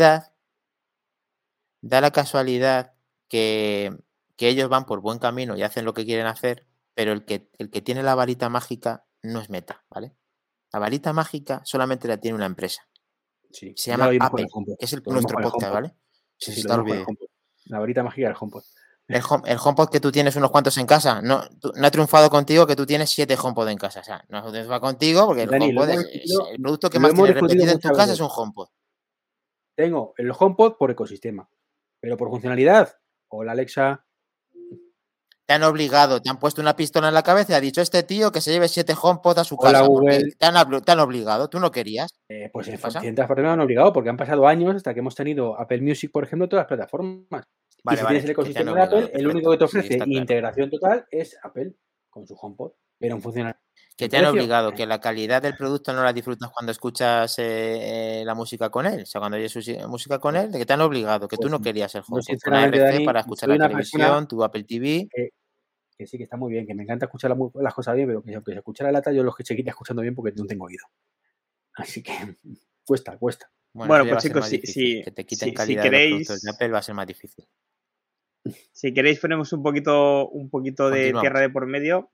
la casualidad que ellos van por buen camino y hacen lo que quieren hacer, pero el que tiene la varita mágica no es Meta, ¿vale? La varita mágica solamente la tiene una empresa. Sí, se llama Apple, que es nuestro podcast, ¿vale? Sí, la varita mágica del HomePod. El HomePod que tú tienes unos cuantos en casa, no ha triunfado contigo que tú tienes 7 HomePod en casa. O sea, no va contigo porque el HomePod el producto que más tienes repetido en tu casa es un HomePod. Tengo el HomePod por ecosistema, pero por funcionalidad, o la Alexa... Te han obligado, te han puesto una pistola en la cabeza y ha dicho este tío que se lleve 7 HomePod a su casa. Google. Te han obligado, tú no querías. Pues en ciertas partes me han obligado porque han pasado años hasta que hemos tenido Apple Music, por ejemplo, en todas las plataformas. Vale, y si tienes el ecosistema de Apple, el único que te ofrece integración total es Apple con su HomePod, pero en funcionalidad. Que te han obligado, que la calidad del producto no la disfrutas cuando escuchas la música con él. O sea, cuando oyes música con él, de que te han obligado, que tú no querías el HomePod con RC para escuchar la televisión, tu Apple TV. Que sí, que está muy bien, que me encanta escuchar las cosas bien, pero que aunque se escucha la lata, yo los que seguiré escuchando bien porque no tengo oído. Así que cuesta. Bueno, pues chicos, que te quiten calidad de los productos de Apple va a ser más difícil. Si queréis ponemos un poquito de tierra de por medio.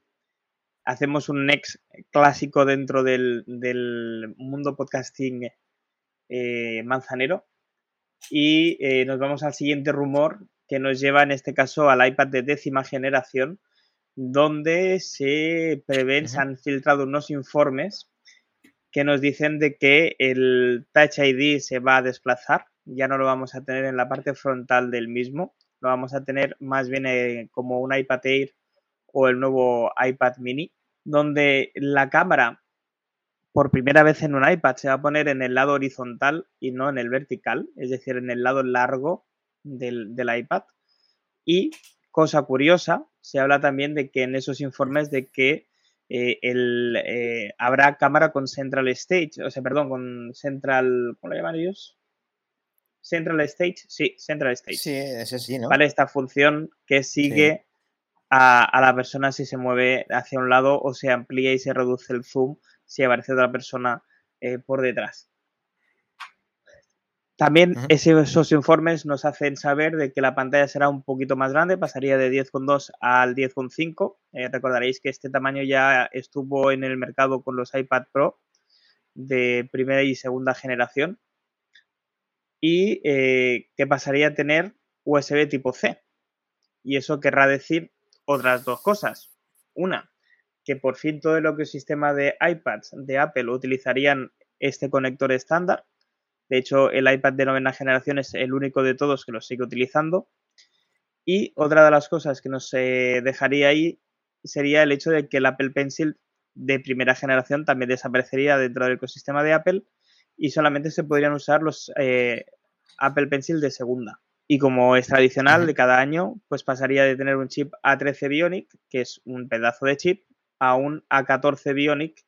Hacemos un next clásico dentro del mundo podcasting manzanero. Y nos vamos al siguiente rumor, que nos lleva en este caso al iPad de 10ª generación, donde se prevén, se han filtrado unos informes que nos dicen de que el Touch ID se va a desplazar, ya no lo vamos a tener en la parte frontal del mismo, lo vamos a tener más bien como un iPad Air o el nuevo iPad mini, donde la cámara por primera vez en un iPad se va a poner en el lado horizontal y no en el vertical, es decir, en el lado largo del iPad. Y, cosa curiosa, se habla también de que en esos informes de que habrá cámara con Central Stage, o sea, perdón, con Central, ¿cómo lo llaman ellos? Central Stage, sí, Central Stage. Sí, ese sí, ¿no? Vale, esta función que sigue a la persona si se mueve hacia un lado o se amplía y se reduce el zoom si aparece otra persona por detrás. También esos informes nos hacen saber de que la pantalla será un poquito más grande, pasaría de 10,2 al 10,5. Recordaréis que este tamaño ya estuvo en el mercado con los iPad Pro de primera y segunda generación. Y que pasaría a tener USB tipo C. Y eso querrá decir otras dos cosas. Una, que por fin todo el ecosistema de iPads de Apple utilizarían este conector estándar. De hecho, el iPad de 9ª generación es el único de todos que lo sigue utilizando. Y otra de las cosas que nos dejaría ahí sería el hecho de que el Apple Pencil de primera generación también desaparecería dentro del ecosistema de Apple y solamente se podrían usar los Apple Pencil de segunda. Y como es tradicional de cada año, pues pasaría de tener un chip A13 Bionic, que es un pedazo de chip, a un A14 Bionic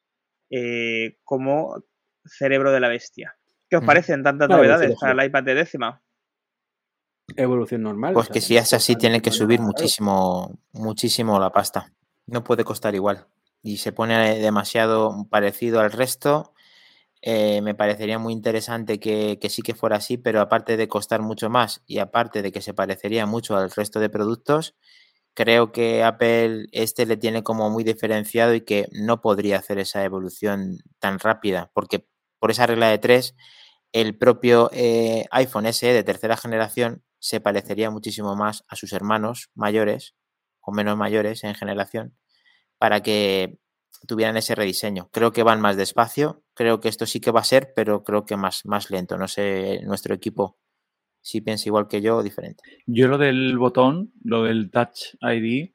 como cerebro de la bestia. ¿Qué os parecen tantas novedades para el iPad de 10ª? Evolución normal. Pues que si es así tiene que subir muchísimo la pasta. No puede costar igual. Y se pone demasiado parecido al resto. Me parecería muy interesante que sí que fuera así, pero aparte de costar mucho más y aparte de que se parecería mucho al resto de productos, creo que Apple le tiene como muy diferenciado y que no podría hacer esa evolución tan rápida, porque por esa regla de 3, el propio iPhone SE de tercera generación se parecería muchísimo más a sus hermanos mayores o menos mayores en generación para que tuvieran ese rediseño. Creo que van más despacio, creo que esto sí que va a ser, pero creo que más lento. No sé, nuestro equipo si piensa igual que yo o diferente. Yo lo del botón, lo del Touch ID,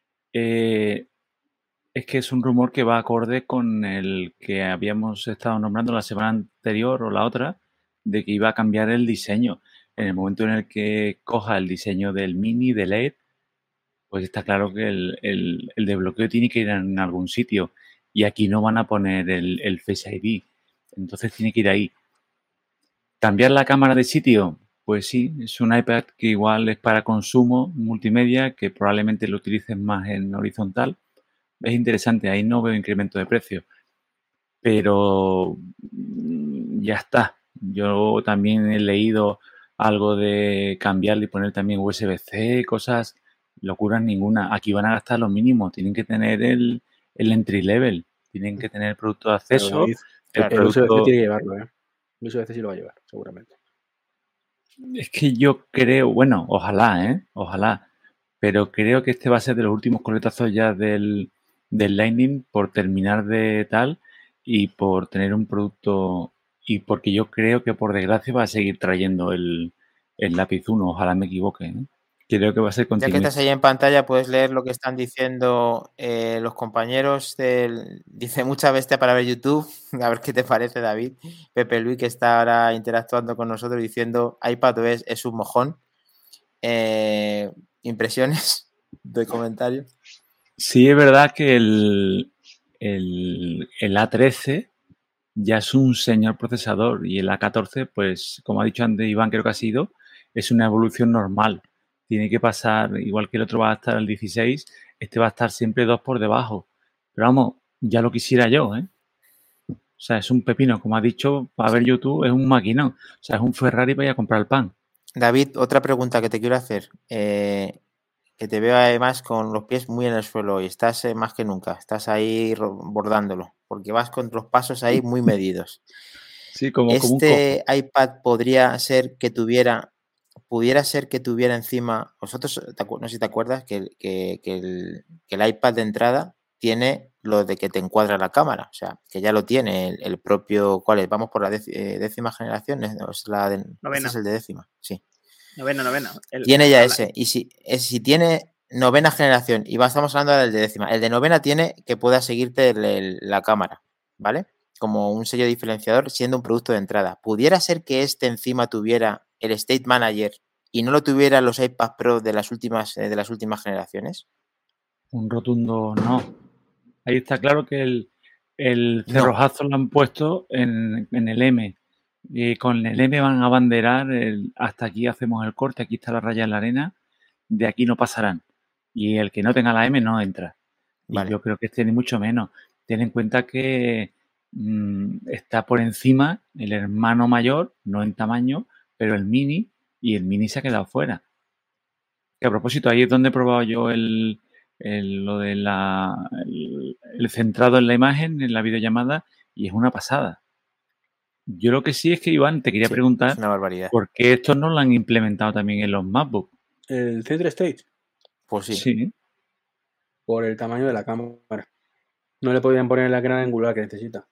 es que es un rumor que va acorde con el que habíamos estado nombrando la semana anterior o la otra, de que iba a cambiar el diseño. En el momento en el que coja el diseño del Mini, del Air, pues está claro que el desbloqueo tiene que ir en algún sitio. Y aquí no van a poner el Face ID. Entonces tiene que ir ahí. ¿Cambiar la cámara de sitio? Pues sí, es un iPad que igual es para consumo multimedia, que probablemente lo utilices más en horizontal. Es interesante, ahí no veo incremento de precio. Pero ya está. Yo también he leído algo de cambiarle y poner también USB-C, cosas, locuras ninguna. Aquí van a gastar lo mínimo, tienen que tener el entry level, tienen que tener el producto de acceso. El USB-C tiene que llevarlo, ¿eh? El USB-C sí lo va a llevar, seguramente. Es que yo creo, bueno, ojalá, ¿eh? Ojalá. Pero creo que este va a ser de los últimos coletazos ya del Lightning por terminar de tal y por tener un producto y porque yo creo que por desgracia va a seguir trayendo el lápiz 1. Ojalá me equivoque, ¿eh? Creo que va a ser continuista. Ya que estás ahí en pantalla puedes leer lo que están diciendo los compañeros dice mucha bestia para ver YouTube. A ver qué te parece, David. Pepe Luis, que está ahora interactuando con nosotros diciendo iPadOS es un mojón. ¿Impresiones de comentario? Sí, es verdad que el A13 ya es un señor procesador y el A14, pues como ha dicho antes Iván, creo que ha sido, es una evolución normal. Tiene que pasar, igual que el otro va a estar al 16, este va a estar siempre 2 por debajo. Pero vamos, ya lo quisiera yo, ¿eh? O sea, es un pepino, como ha dicho, para ver YouTube es un maquinón. O sea, es un Ferrari para ir a comprar el pan. David, otra pregunta que te quiero hacer. Que te veo además con los pies muy en el suelo y estás más que nunca, estás ahí bordándolo, porque vas con los pasos ahí muy medidos. Sí, como un cojo. Este iPad pudiera ser que tuviera encima, vosotros, no sé si te acuerdas, que el iPad de entrada tiene lo de que te encuadra la cámara, o sea, que ya lo tiene el propio, ¿cuál es? Vamos por la décima generación, este es el de décima, sí. Novena. Tiene ya ese, y si tiene novena generación, y estamos hablando del de décima, el de novena tiene que pueda seguirte la cámara, ¿vale? Como un sello diferenciador siendo un producto de entrada. ¿Pudiera ser que este encima tuviera el State Manager y no lo tuviera los iPad Pro de las últimas generaciones? Un rotundo no. Ahí está claro que el cerrojazo lo han puesto en el M. Y con el M van a abanderar hasta aquí hacemos el corte, aquí está la raya en la arena, de aquí no pasarán. Y el que no tenga la M no entra. Vale. Y yo creo que este ni mucho menos. Ten en cuenta que está por encima el hermano mayor, no en tamaño, pero el mini, y el mini se ha quedado fuera. Que a propósito, ahí es donde he probado yo lo de el centrado en la imagen, en la videollamada, y es una pasada. Yo lo que sí es que, Iván, te quería preguntar es una barbaridad. ¿por qué esto no lo han implementado también en los MacBook? ¿El Center Stage? Pues sí. Sí. Por el tamaño de la cámara. No le podían poner la gran angular que necesita.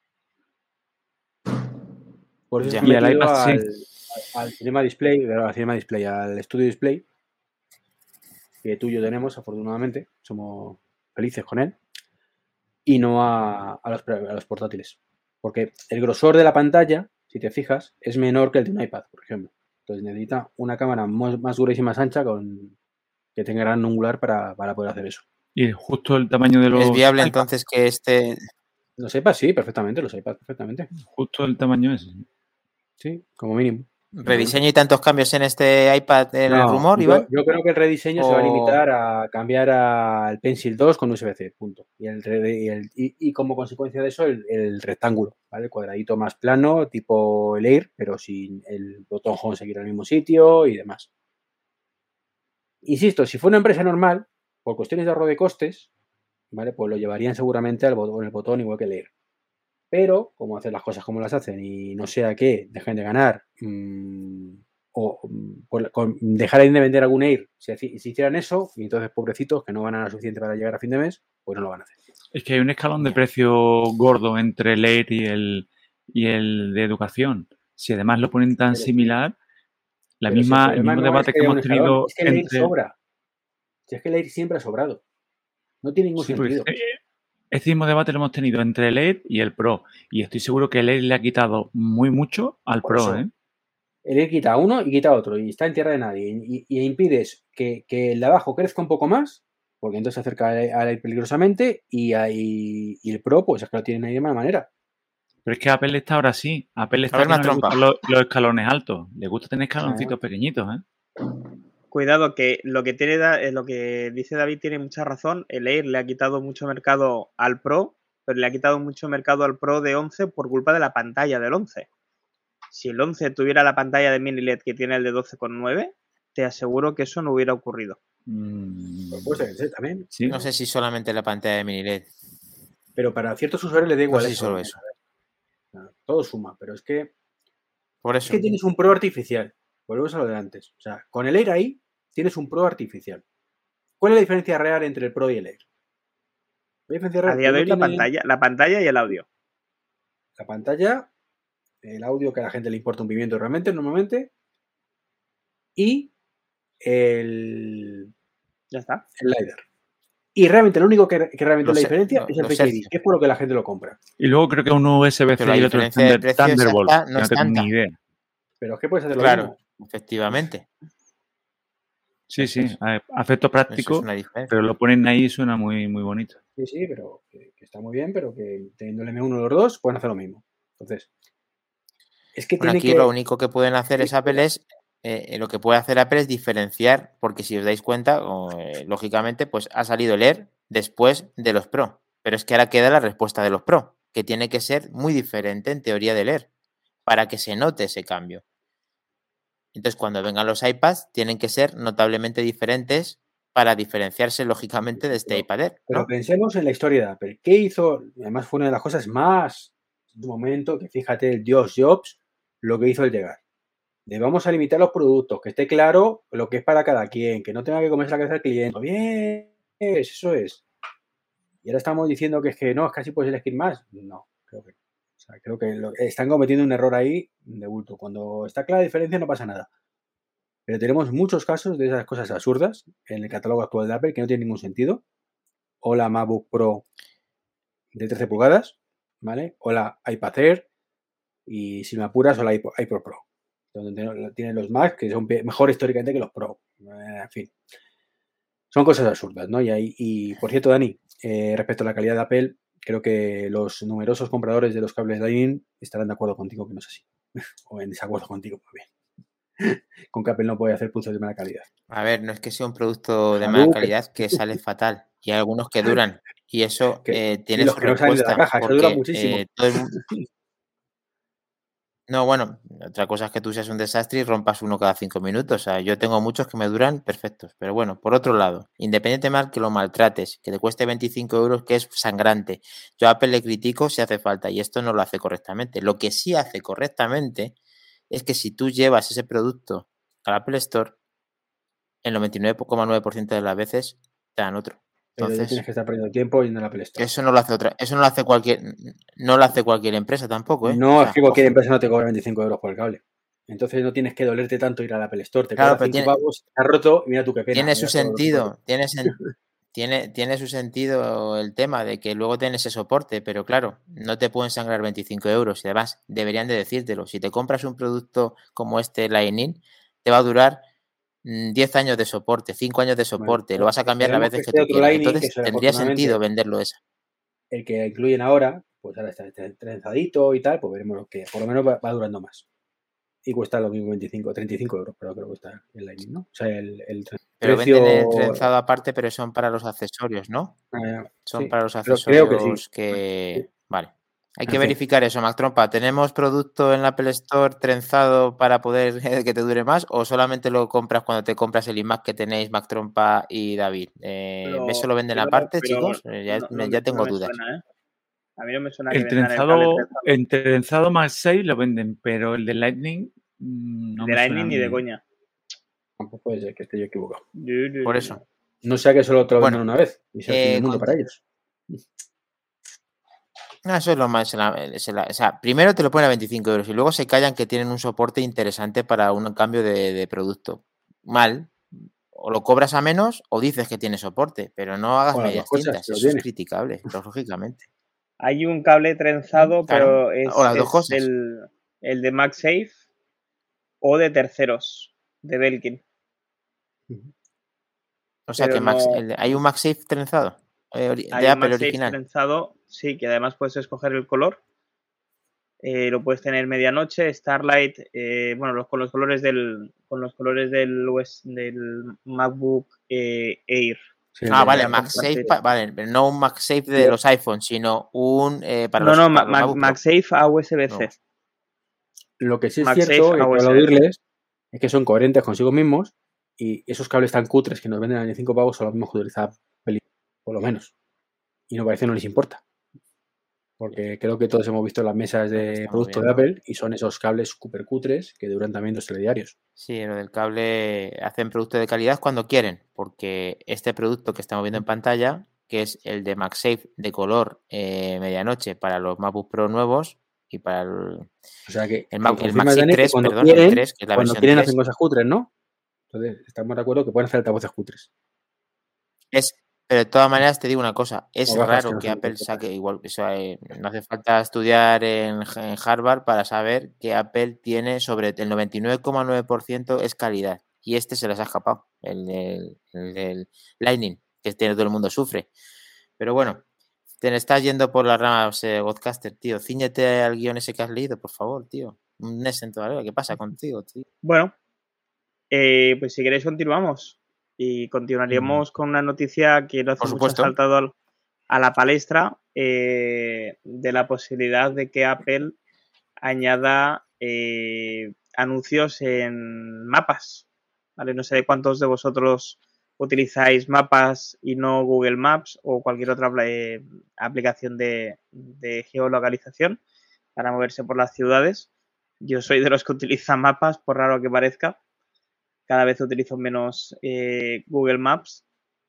Por eso se han Y al metido iPad, al Cinema Display, al Studio Display, que tú y yo tenemos, afortunadamente, somos felices con él, y no a los portátiles. Porque el grosor de la pantalla, si te fijas, es menor que el de un iPad, por ejemplo. Entonces necesita una cámara más gruesa y más ancha que tenga gran angular para poder hacer eso. Y justo el tamaño de los ¿Es viable entonces que Los iPads sí, perfectamente, Justo el tamaño ese. Sí, como mínimo. ¿Rediseño y tantos cambios en este iPad el rumor, Iván? Yo creo que el rediseño se va a limitar a cambiar al Pencil 2 con USB-C, punto. Y como consecuencia de eso, el rectángulo, ¿vale? El cuadradito más plano, tipo el Air, pero sin el botón Home seguir al mismo sitio y demás. Insisto, si fuera una empresa normal, por cuestiones de ahorro de costes, ¿vale? Pues lo llevarían seguramente con el botón igual que el Air. Pero, como hacen las cosas como las hacen y no sea que dejen de ganar dejar de vender algún Air, si hicieran eso, y entonces pobrecitos que no ganan lo suficiente para llegar a fin de mes, pues no lo van a hacer. Es que hay un escalón de precio gordo entre el Air y el de educación. Si además lo ponen tan similar, el mismo debate que hemos tenido. Es que el Air sobra. Si es que el Air siempre ha sobrado. No tiene ningún sentido. Este mismo debate lo hemos tenido entre el Air y el Pro. Y estoy seguro que el Air le ha quitado muy mucho al Pro. El Air quita uno y quita otro. Y está en tierra de nadie. Y impides que el de abajo crezca un poco más, porque entonces se acerca al Air peligrosamente. Y el Pro, pues es que lo tienen ahí de mala manera. Pero es que Apple está ahora sí. Apple está que no le gustan los escalones altos. Le gusta tener escaloncitos pequeñitos, Cuidado, que lo que dice David tiene mucha razón. El Air le ha quitado mucho mercado al Pro, pero le ha quitado mucho mercado al Pro de 11 por culpa de la pantalla del 11. Si el 11 tuviera la pantalla de mini LED que tiene el de 12,9, te aseguro que eso no hubiera ocurrido. Pues también. Sí. No sé si solamente la pantalla de mini LED. Pero para ciertos usuarios les da igual. No sé si solo eso. Todo suma, pero es que... Por eso. Es que tienes un Pro artificial. Volvemos a lo de antes. O sea, con el Air ahí tienes un Pro artificial. ¿Cuál es la diferencia real entre el Pro y el Air? A día de hoy la pantalla y el audio. La pantalla, el audio que a la gente le importa un pimiento realmente, normalmente, y ya está. El LiDAR. Y realmente lo único que realmente es la diferencia es el Face ID, que es por lo que la gente lo compra. Y luego creo que uno USB-C y el otro Thunderbolt. No tengo ni idea. Pero es que puedes hacer lo mismo. Efectivamente. Sí, a efecto práctico, pero lo ponen ahí y suena muy, muy bonito. Sí, pero que está muy bien, pero que teniendo el M1 los dos pueden hacer lo mismo. Entonces, es que aquí lo único que pueden hacer Apple es diferenciar, porque si os dais cuenta, lógicamente, pues ha salido el Air después de los Pro, pero es que ahora queda la respuesta de los Pro, que tiene que ser muy diferente en teoría del Air, para que se note ese cambio. Entonces, cuando vengan los iPads, tienen que ser notablemente diferentes para diferenciarse, lógicamente, de este iPad Air, ¿no? Pero pensemos en la historia de Apple. ¿Qué hizo? Además, fue una de las cosas más un momento que fíjate el Dios Jobs lo que hizo el llegar. Le vamos a limitar los productos, que esté claro lo que es para cada quien, que no tenga que comerse la cabeza del cliente. Bien, eso es. Y ahora estamos diciendo que es que no, es que así puedes elegir más. No, creo que no. O sea, creo que están cometiendo un error ahí de bulto. Cuando está clara la diferencia no pasa nada. Pero tenemos muchos casos de esas cosas absurdas en el catálogo actual de Apple que no tienen ningún sentido. O la MacBook Pro de 13 pulgadas, ¿vale? O la iPad Air y si me apuras o la iPod Pro. Donde tienen los Macs que son mejor históricamente que los Pro. En fin. Son cosas absurdas, ¿no? Y por cierto, Dani, respecto a la calidad de Apple, creo que los numerosos compradores de los cables Lightning estarán de acuerdo contigo que no es así. O en desacuerdo contigo, muy bien. Con que Apple no puede hacer pulsos de mala calidad. A ver, no es que sea un producto de mala calidad que sale fatal. Y hay algunos que duran. Y eso tiene los su que no salen de la caja, eso dura muchísimo. Todo el mundo... No, bueno, otra cosa es que tú seas un desastre y rompas uno cada 5 minutos. O sea, yo tengo muchos que me duran perfectos. Pero bueno, por otro lado, independientemente que lo maltrates, que te cueste 25 euros, que es sangrante. Yo a Apple le critico si hace falta y esto no lo hace correctamente. Lo que sí hace correctamente es que si tú llevas ese producto al Apple Store, el 99,9% de las veces te dan otro. Entonces, pero tienes que estar perdiendo tiempo yendo a la Apple Store. Eso no lo hace otra, eso no lo hace cualquier empresa tampoco, ¿eh? No, o sea, es que cualquier empresa no te cobra 25 euros por el cable. Entonces no tienes que dolerte tanto ir a la Apple Store. Te cobra 5 pavos, está roto y mira tú qué pena. Tiene su sentido, tiene su sentido el tema de que luego tienes ese soporte, pero claro, no te pueden sangrar 25 euros y además deberían de decírtelo. Si te compras un producto como este Lightning, te va a durar 10 años de soporte, 5 años de soporte, bueno, lo vas a cambiar las veces que tú quieras. Entonces tendría sentido venderlo esa. El que incluyen ahora, pues ahora está trenzadito y tal, pues veremos lo que por lo menos va durando más. Y cuesta lo mismo 35 euros, pero creo que cuesta el Lightning, ¿no? O sea, pero precio... venden el trenzado aparte, pero son para los accesorios, ¿no? Son para los accesorios creo que... Vale. Hay que verificar eso, Mac Trompa. ¿Tenemos producto en la Apple Store trenzado para poder que te dure más o solamente lo compras cuando te compras el iMac que tenéis, Mac Trompa y David? ¿Eso lo venden aparte, chicos? Ya tengo dudas. Suena, ¿eh? A mí no me suena el que trenzado, el trenzado MagSafe lo venden, pero el de Lightning no de me Lightning suena ni de coña. Tampoco puede ser que esté yo equivocado. Por eso. No sea que solo te lo vendan una vez y sea el fin del mundo para ellos. No, eso es lo más. O sea, primero te lo ponen a 25 euros y luego se callan que tienen un soporte interesante para un cambio de producto. Mal. O lo cobras a menos o dices que tiene soporte, pero no hagas medias tintas. Eso es criticable, lógicamente. Hay un cable trenzado, claro, pero es, o las dos cosas. el de MagSafe o de terceros, de Belkin. O sea, pero que hay un MagSafe trenzado. De Apple original. Trenzado, sí, que además puedes escoger el color. Lo puedes tener medianoche, Starlight, bueno, con los colores del MacBook Air. Sí, vale, MagSafe, vale, pero no un MagSafe de los iPhones, sino un para los MagSafe a USB-C. No. Lo que sí es cierto, que al oírles, es que son coherentes consigo mismos y esos cables tan cutres que nos venden a 25 pavos son los mismos que utiliza Apple, por lo menos. Y no parece que no les importa. Porque creo que todos hemos visto las mesas de productos de Apple y son esos cables súper cutres que duran también 2 telediarios. Sí, lo del cable hacen producto de calidad cuando quieren, porque este producto que estamos viendo en pantalla, que es el de MagSafe de color medianoche para los MacBook Pro nuevos y para el MagSafe 3, perdón, el 3, que es la versión 3. Hacen cosas cutres, ¿no? Entonces, estamos de acuerdo que pueden hacer altavoces cutres. Pero de todas maneras te digo una cosa, es raro que Apple saque igual, o sea, no hace falta estudiar en Harvard para saber que Apple tiene sobre el 99,9% es calidad y este se les ha escapado, el del Lightning, que tiene todo el mundo sufre. Pero bueno, te estás yendo por las ramas, Godcaster, tío, cíñete al guión ese que has leído, por favor, tío. Un Nesen todavía, ¿qué pasa contigo, tío? Bueno, pues si queréis continuamos. Y continuaríamos con una noticia que no hace mucho ha saltado a la palestra de la posibilidad de que Apple añada anuncios en mapas. ¿Vale? No sé cuántos de vosotros utilizáis mapas y no Google Maps o cualquier otra aplicación de geolocalización, para moverse por las ciudades. Yo soy de los que utilizan mapas, por raro que parezca. Cada vez utilizo menos Google Maps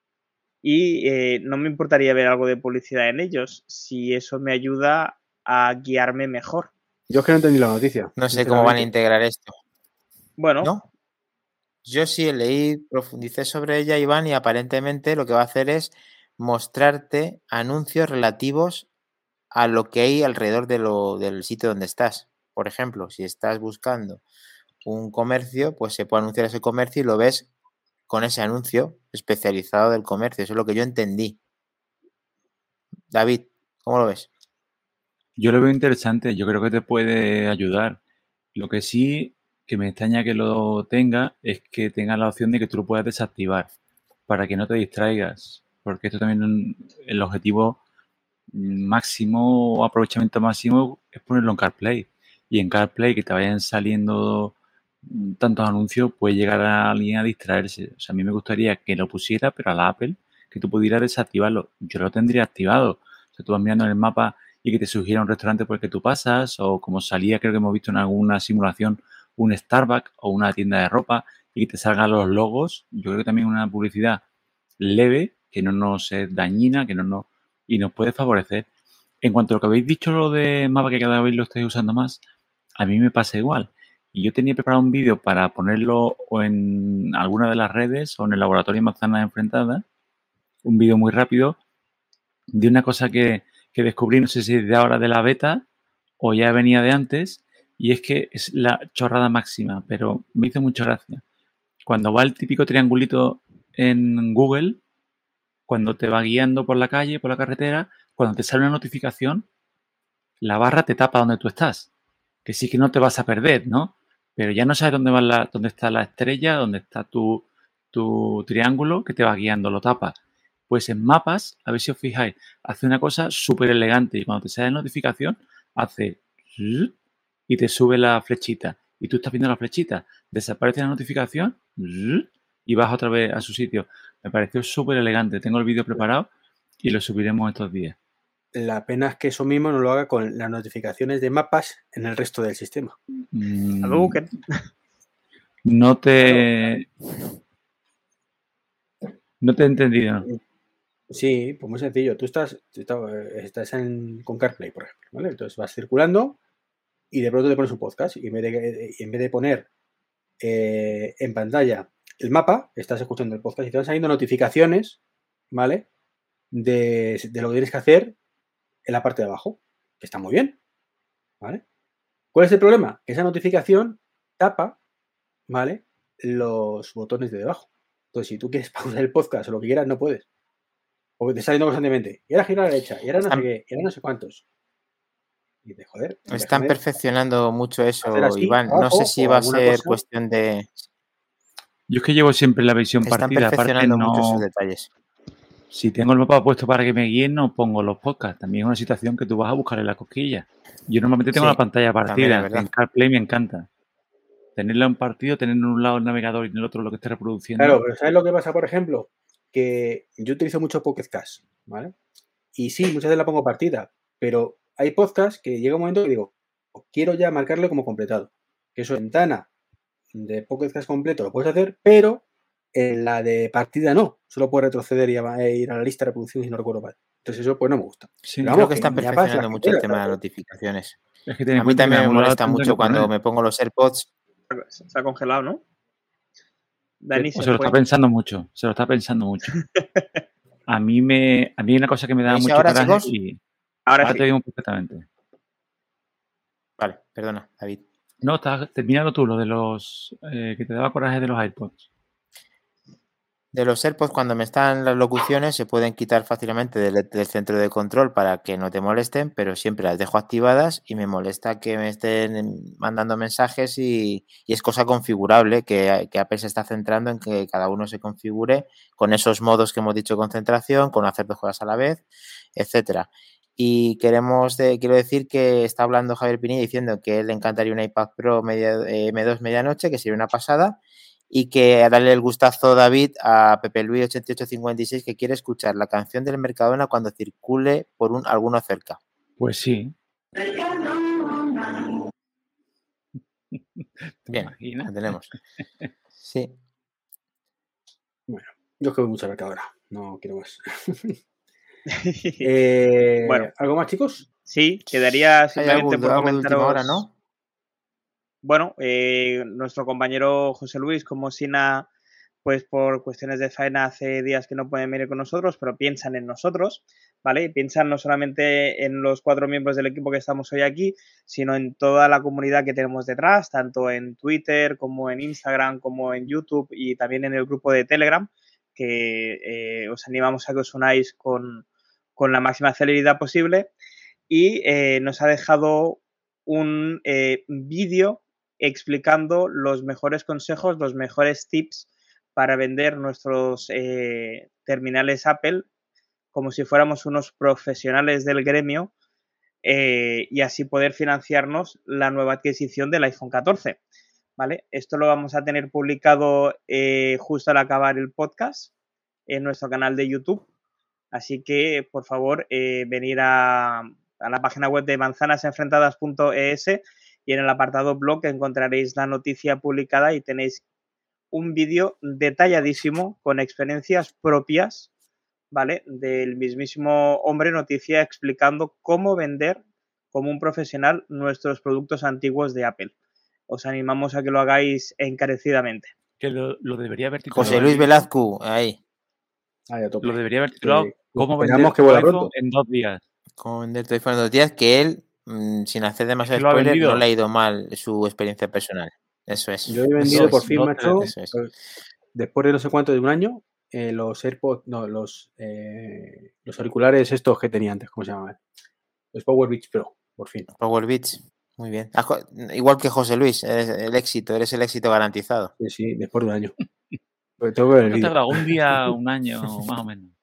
y no me importaría ver algo de publicidad en ellos si eso me ayuda a guiarme mejor. Yo es que no entendí la noticia. No sé cómo van a integrar esto. Bueno. ¿No? Yo sí leí, profundicé sobre ella, Iván, y aparentemente lo que va a hacer es mostrarte anuncios relativos a lo que hay alrededor del sitio donde estás. Por ejemplo, si estás buscando un comercio, pues se puede anunciar ese comercio y lo ves con ese anuncio especializado del comercio. Eso es lo que yo entendí. David, ¿cómo lo ves? Yo lo veo interesante. Yo creo que te puede ayudar. Lo que sí que me extraña que lo tenga es que tenga la opción de que tú lo puedas desactivar para que no te distraigas. Porque esto también, el objetivo máximo o aprovechamiento máximo es ponerlo en CarPlay. Y en CarPlay que te vayan saliendo tantos anuncios puede llegar a alguien a distraerse. O sea, a mí me gustaría que lo pusiera, pero a la Apple, que tú pudieras desactivarlo. Yo lo tendría activado. O sea, tú vas mirando en el mapa y que te sugiera un restaurante por el que tú pasas, o como salía, creo que hemos visto en alguna simulación, un Starbucks o una tienda de ropa y que te salgan los logos. Yo creo que también una publicidad leve, que no nos es dañina, que no nos... y nos puede favorecer. En cuanto a lo que habéis dicho, lo de mapa, que cada vez lo estáis usando más, a mí me pasa igual. Y yo tenía preparado un vídeo para ponerlo o en alguna de las redes o en el laboratorio de manzanas enfrentadas, un vídeo muy rápido de una cosa que descubrí, no sé si de ahora de la beta o ya venía de antes, y es que es la chorrada máxima, pero me hizo mucha gracia. Cuando va el típico triangulito en Google, cuando te va guiando por la calle, por la carretera, cuando te sale una notificación, la barra te tapa donde tú estás. Que sí que no te vas a perder, ¿no? Pero ya no sabes dónde está la estrella, dónde está tu triángulo que te va guiando, lo tapa. Pues en mapas, a ver si os fijáis, hace una cosa súper elegante y cuando te sale la notificación, hace y te sube la flechita. Y tú estás viendo la flechita, desaparece la notificación y vas otra vez a su sitio. Me pareció súper elegante. Tengo el vídeo preparado y lo subiremos estos días. La pena es que eso mismo no lo haga con las notificaciones de mapas en el resto del sistema. No te... No te he entendido. Sí, pues muy sencillo. Tú estás con CarPlay, por ejemplo, ¿vale? Entonces vas circulando y de pronto te pones un podcast y en vez de poner en pantalla el mapa, estás escuchando el podcast y te van saliendo notificaciones, ¿vale? De lo que tienes que hacer en la parte de abajo, que está muy bien, ¿vale? ¿Cuál es el problema? Esa notificación tapa, ¿vale? Los botones de debajo. Entonces, si tú quieres pausar el podcast o lo que quieras, no puedes. Porque te está saliendo constantemente. Y ahora gira a la derecha, y ahora no sé qué, y ahora no sé cuántos. Y de joder. Están perfeccionando mucho eso, así, Iván. No sé si va a ser cuestión de... Yo es que llevo siempre la visión partida. Están perfeccionando mucho esos detalles. Si tengo el mapa puesto para que me guíen, no pongo los podcasts. También es una situación que tú vas a buscar en la cosquilla. Yo normalmente tengo la pantalla partida. En CarPlay me encanta. Tenerlo en partido, tener en un lado el navegador y en el otro lo que esté reproduciendo. Claro, pero ¿sabes lo que pasa, por ejemplo? Que yo utilizo mucho Pocket Cast, ¿vale? Y sí, muchas veces la pongo partida, pero hay podcasts que llega un momento que digo, quiero ya marcarle como completado. Que eso, ventana de Pocket Cast completo lo puedes hacer, pero en la de partida no. Solo puedes retroceder y ir a la lista de reproducción si no recuerdo mal. Entonces eso pues no me gusta. Sí, creo que están perfeccionando mucho el tema de las notificaciones. Es que a mí también me molesta mucho cuando me pongo los AirPods. Se ha congelado, ¿no? Dani se lo está pensando mucho. Se lo está pensando mucho. A mí hay una cosa que me da mucho coraje y ahora te digo perfectamente. Vale, perdona, David. No, estás terminando tú lo de los que te daba coraje de los AirPods. De los AirPods, cuando me están las locuciones, se pueden quitar fácilmente del centro de control para que no te molesten, pero siempre las dejo activadas y me molesta que me estén mandando mensajes y es cosa configurable que Apple se está centrando en que cada uno se configure con esos modos que hemos dicho, concentración, con hacer dos cosas a la vez, etcétera. Y quiero decir que está hablando Javier Pinilla diciendo que él le encantaría un iPad Pro M2 medianoche, que sería una pasada. Y que darle el gustazo, David, a Pepe Luis 8856, que quiere escuchar la canción del Mercadona cuando circule por alguno cerca. Pues sí. Mercadona. Bien, imaginas? la tenemos. Sí. Bueno, yo es que voy mucho a Mercadona, no quiero más. Bueno. ¿Algo más, chicos? Sí, quedaría Hay simplemente por algo de última hora, comentaros. ¿no? Bueno, nuestro compañero José Luis, como Sina, pues por cuestiones de faena hace días que no pueden venir con nosotros, pero piensan en nosotros, ¿vale? Piensan no solamente en los 4 miembros del equipo que estamos hoy aquí, sino en toda la comunidad que tenemos detrás, tanto en Twitter como en Instagram, como en YouTube y también en el grupo de Telegram, que os animamos a que os unáis con la máxima celeridad posible. Y nos ha dejado un vídeo explicando los mejores consejos, los mejores tips para vender nuestros terminales Apple como si fuéramos unos profesionales del gremio y así poder financiarnos la nueva adquisición del iPhone 14. ¿Vale? Esto lo vamos a tener publicado justo al acabar el podcast en nuestro canal de YouTube. Así que, por favor, venir a la página web de manzanasenfrentadas.es y en el apartado blog encontraréis la noticia publicada y tenéis un vídeo detalladísimo con experiencias propias, ¿vale? Del mismísimo hombre noticia explicando cómo vender como un profesional nuestros productos antiguos de Apple. Os animamos a que lo hagáis encarecidamente. Que lo debería haber titulado. José Luis Velazco, ahí. Ahí a tope. Lo debería haber titulado ¿Cómo vender esperamos que tu vuelva iPhone pronto. en 2 días? Cómo vender tu iPhone en 2 días, que él, sin hacer demasiado lo ha spoiler, vendido. no le ha ido mal su experiencia personal. Eso es. Yo he vendido por fin, macho, Eso es. después de no sé cuánto de un año, los AirPods, no, los auriculares estos que tenía antes, ¿cómo se llamaban? Los Power Beats Pro, por fin. Power Beats, muy bien. Igual que José Luis, eres el éxito garantizado. Sí, sí, después de un año. Porque tengo que ver el Ha vídeo. tardado un día, un año, más o menos.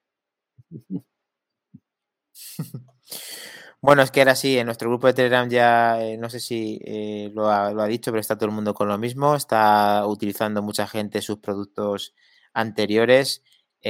Bueno, es que era así, en nuestro grupo de Telegram ya, no sé si lo ha dicho, pero está todo el mundo con lo mismo, está utilizando mucha gente sus productos anteriores,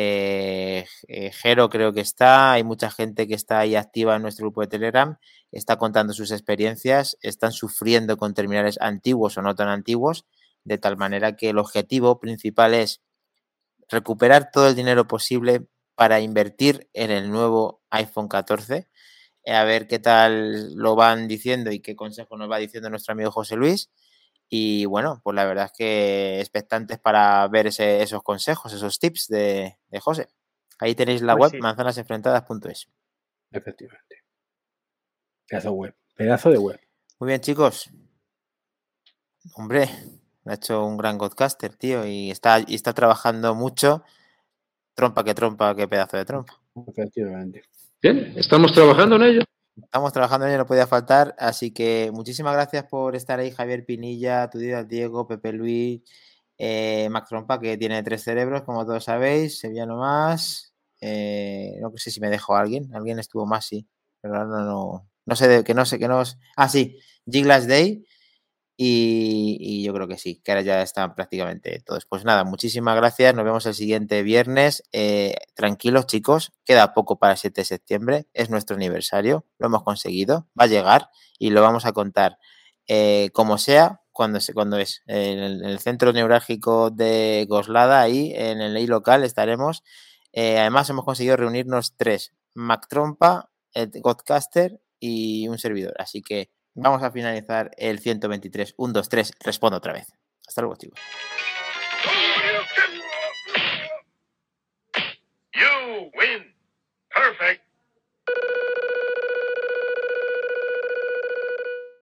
Jero creo que está, hay mucha gente que está ahí activa en nuestro grupo de Telegram, está contando sus experiencias, están sufriendo con terminales antiguos o no tan antiguos, de tal manera que el objetivo principal es recuperar todo el dinero posible para invertir en el nuevo iPhone 14, a ver qué tal lo van diciendo y qué consejo nos va diciendo nuestro amigo José Luis. Y bueno, pues la verdad es que expectantes para ver esos consejos, esos tips de José. Ahí tenéis la Pues web, sí. manzanasenfrentadas.es. Efectivamente. Pedazo de web. Muy bien, chicos. Hombre, ha hecho un gran podcaster, tío, y está trabajando mucho. Trompa, qué pedazo de trompa. Efectivamente. Bien, estamos trabajando en ello. Estamos trabajando en ello, no podía faltar, así que muchísimas gracias por estar ahí, Javier Pinilla, Tudías Diego, Pepe Luis, Mac Trompa, que tiene 3 cerebros, como todos sabéis, Sevillano más, no sé si me dejó alguien estuvo más, sí, pero ahora no sé, sí, Giglas Day, y yo creo que sí, que ahora ya están prácticamente todos. Pues nada, muchísimas gracias, nos vemos el siguiente viernes. Tranquilos, chicos, queda poco para el 7 de septiembre, es nuestro aniversario, lo hemos conseguido, va a llegar y lo vamos a contar como sea, cuando es. En el centro neurálgico de Coslada, ahí en el local estaremos. Además, hemos conseguido reunirnos 3, Mac Trompa, el Godcaster y un servidor, así que vamos a finalizar el 123. 1, 2, 3. Respondo otra vez. Hasta luego, chicos. You win.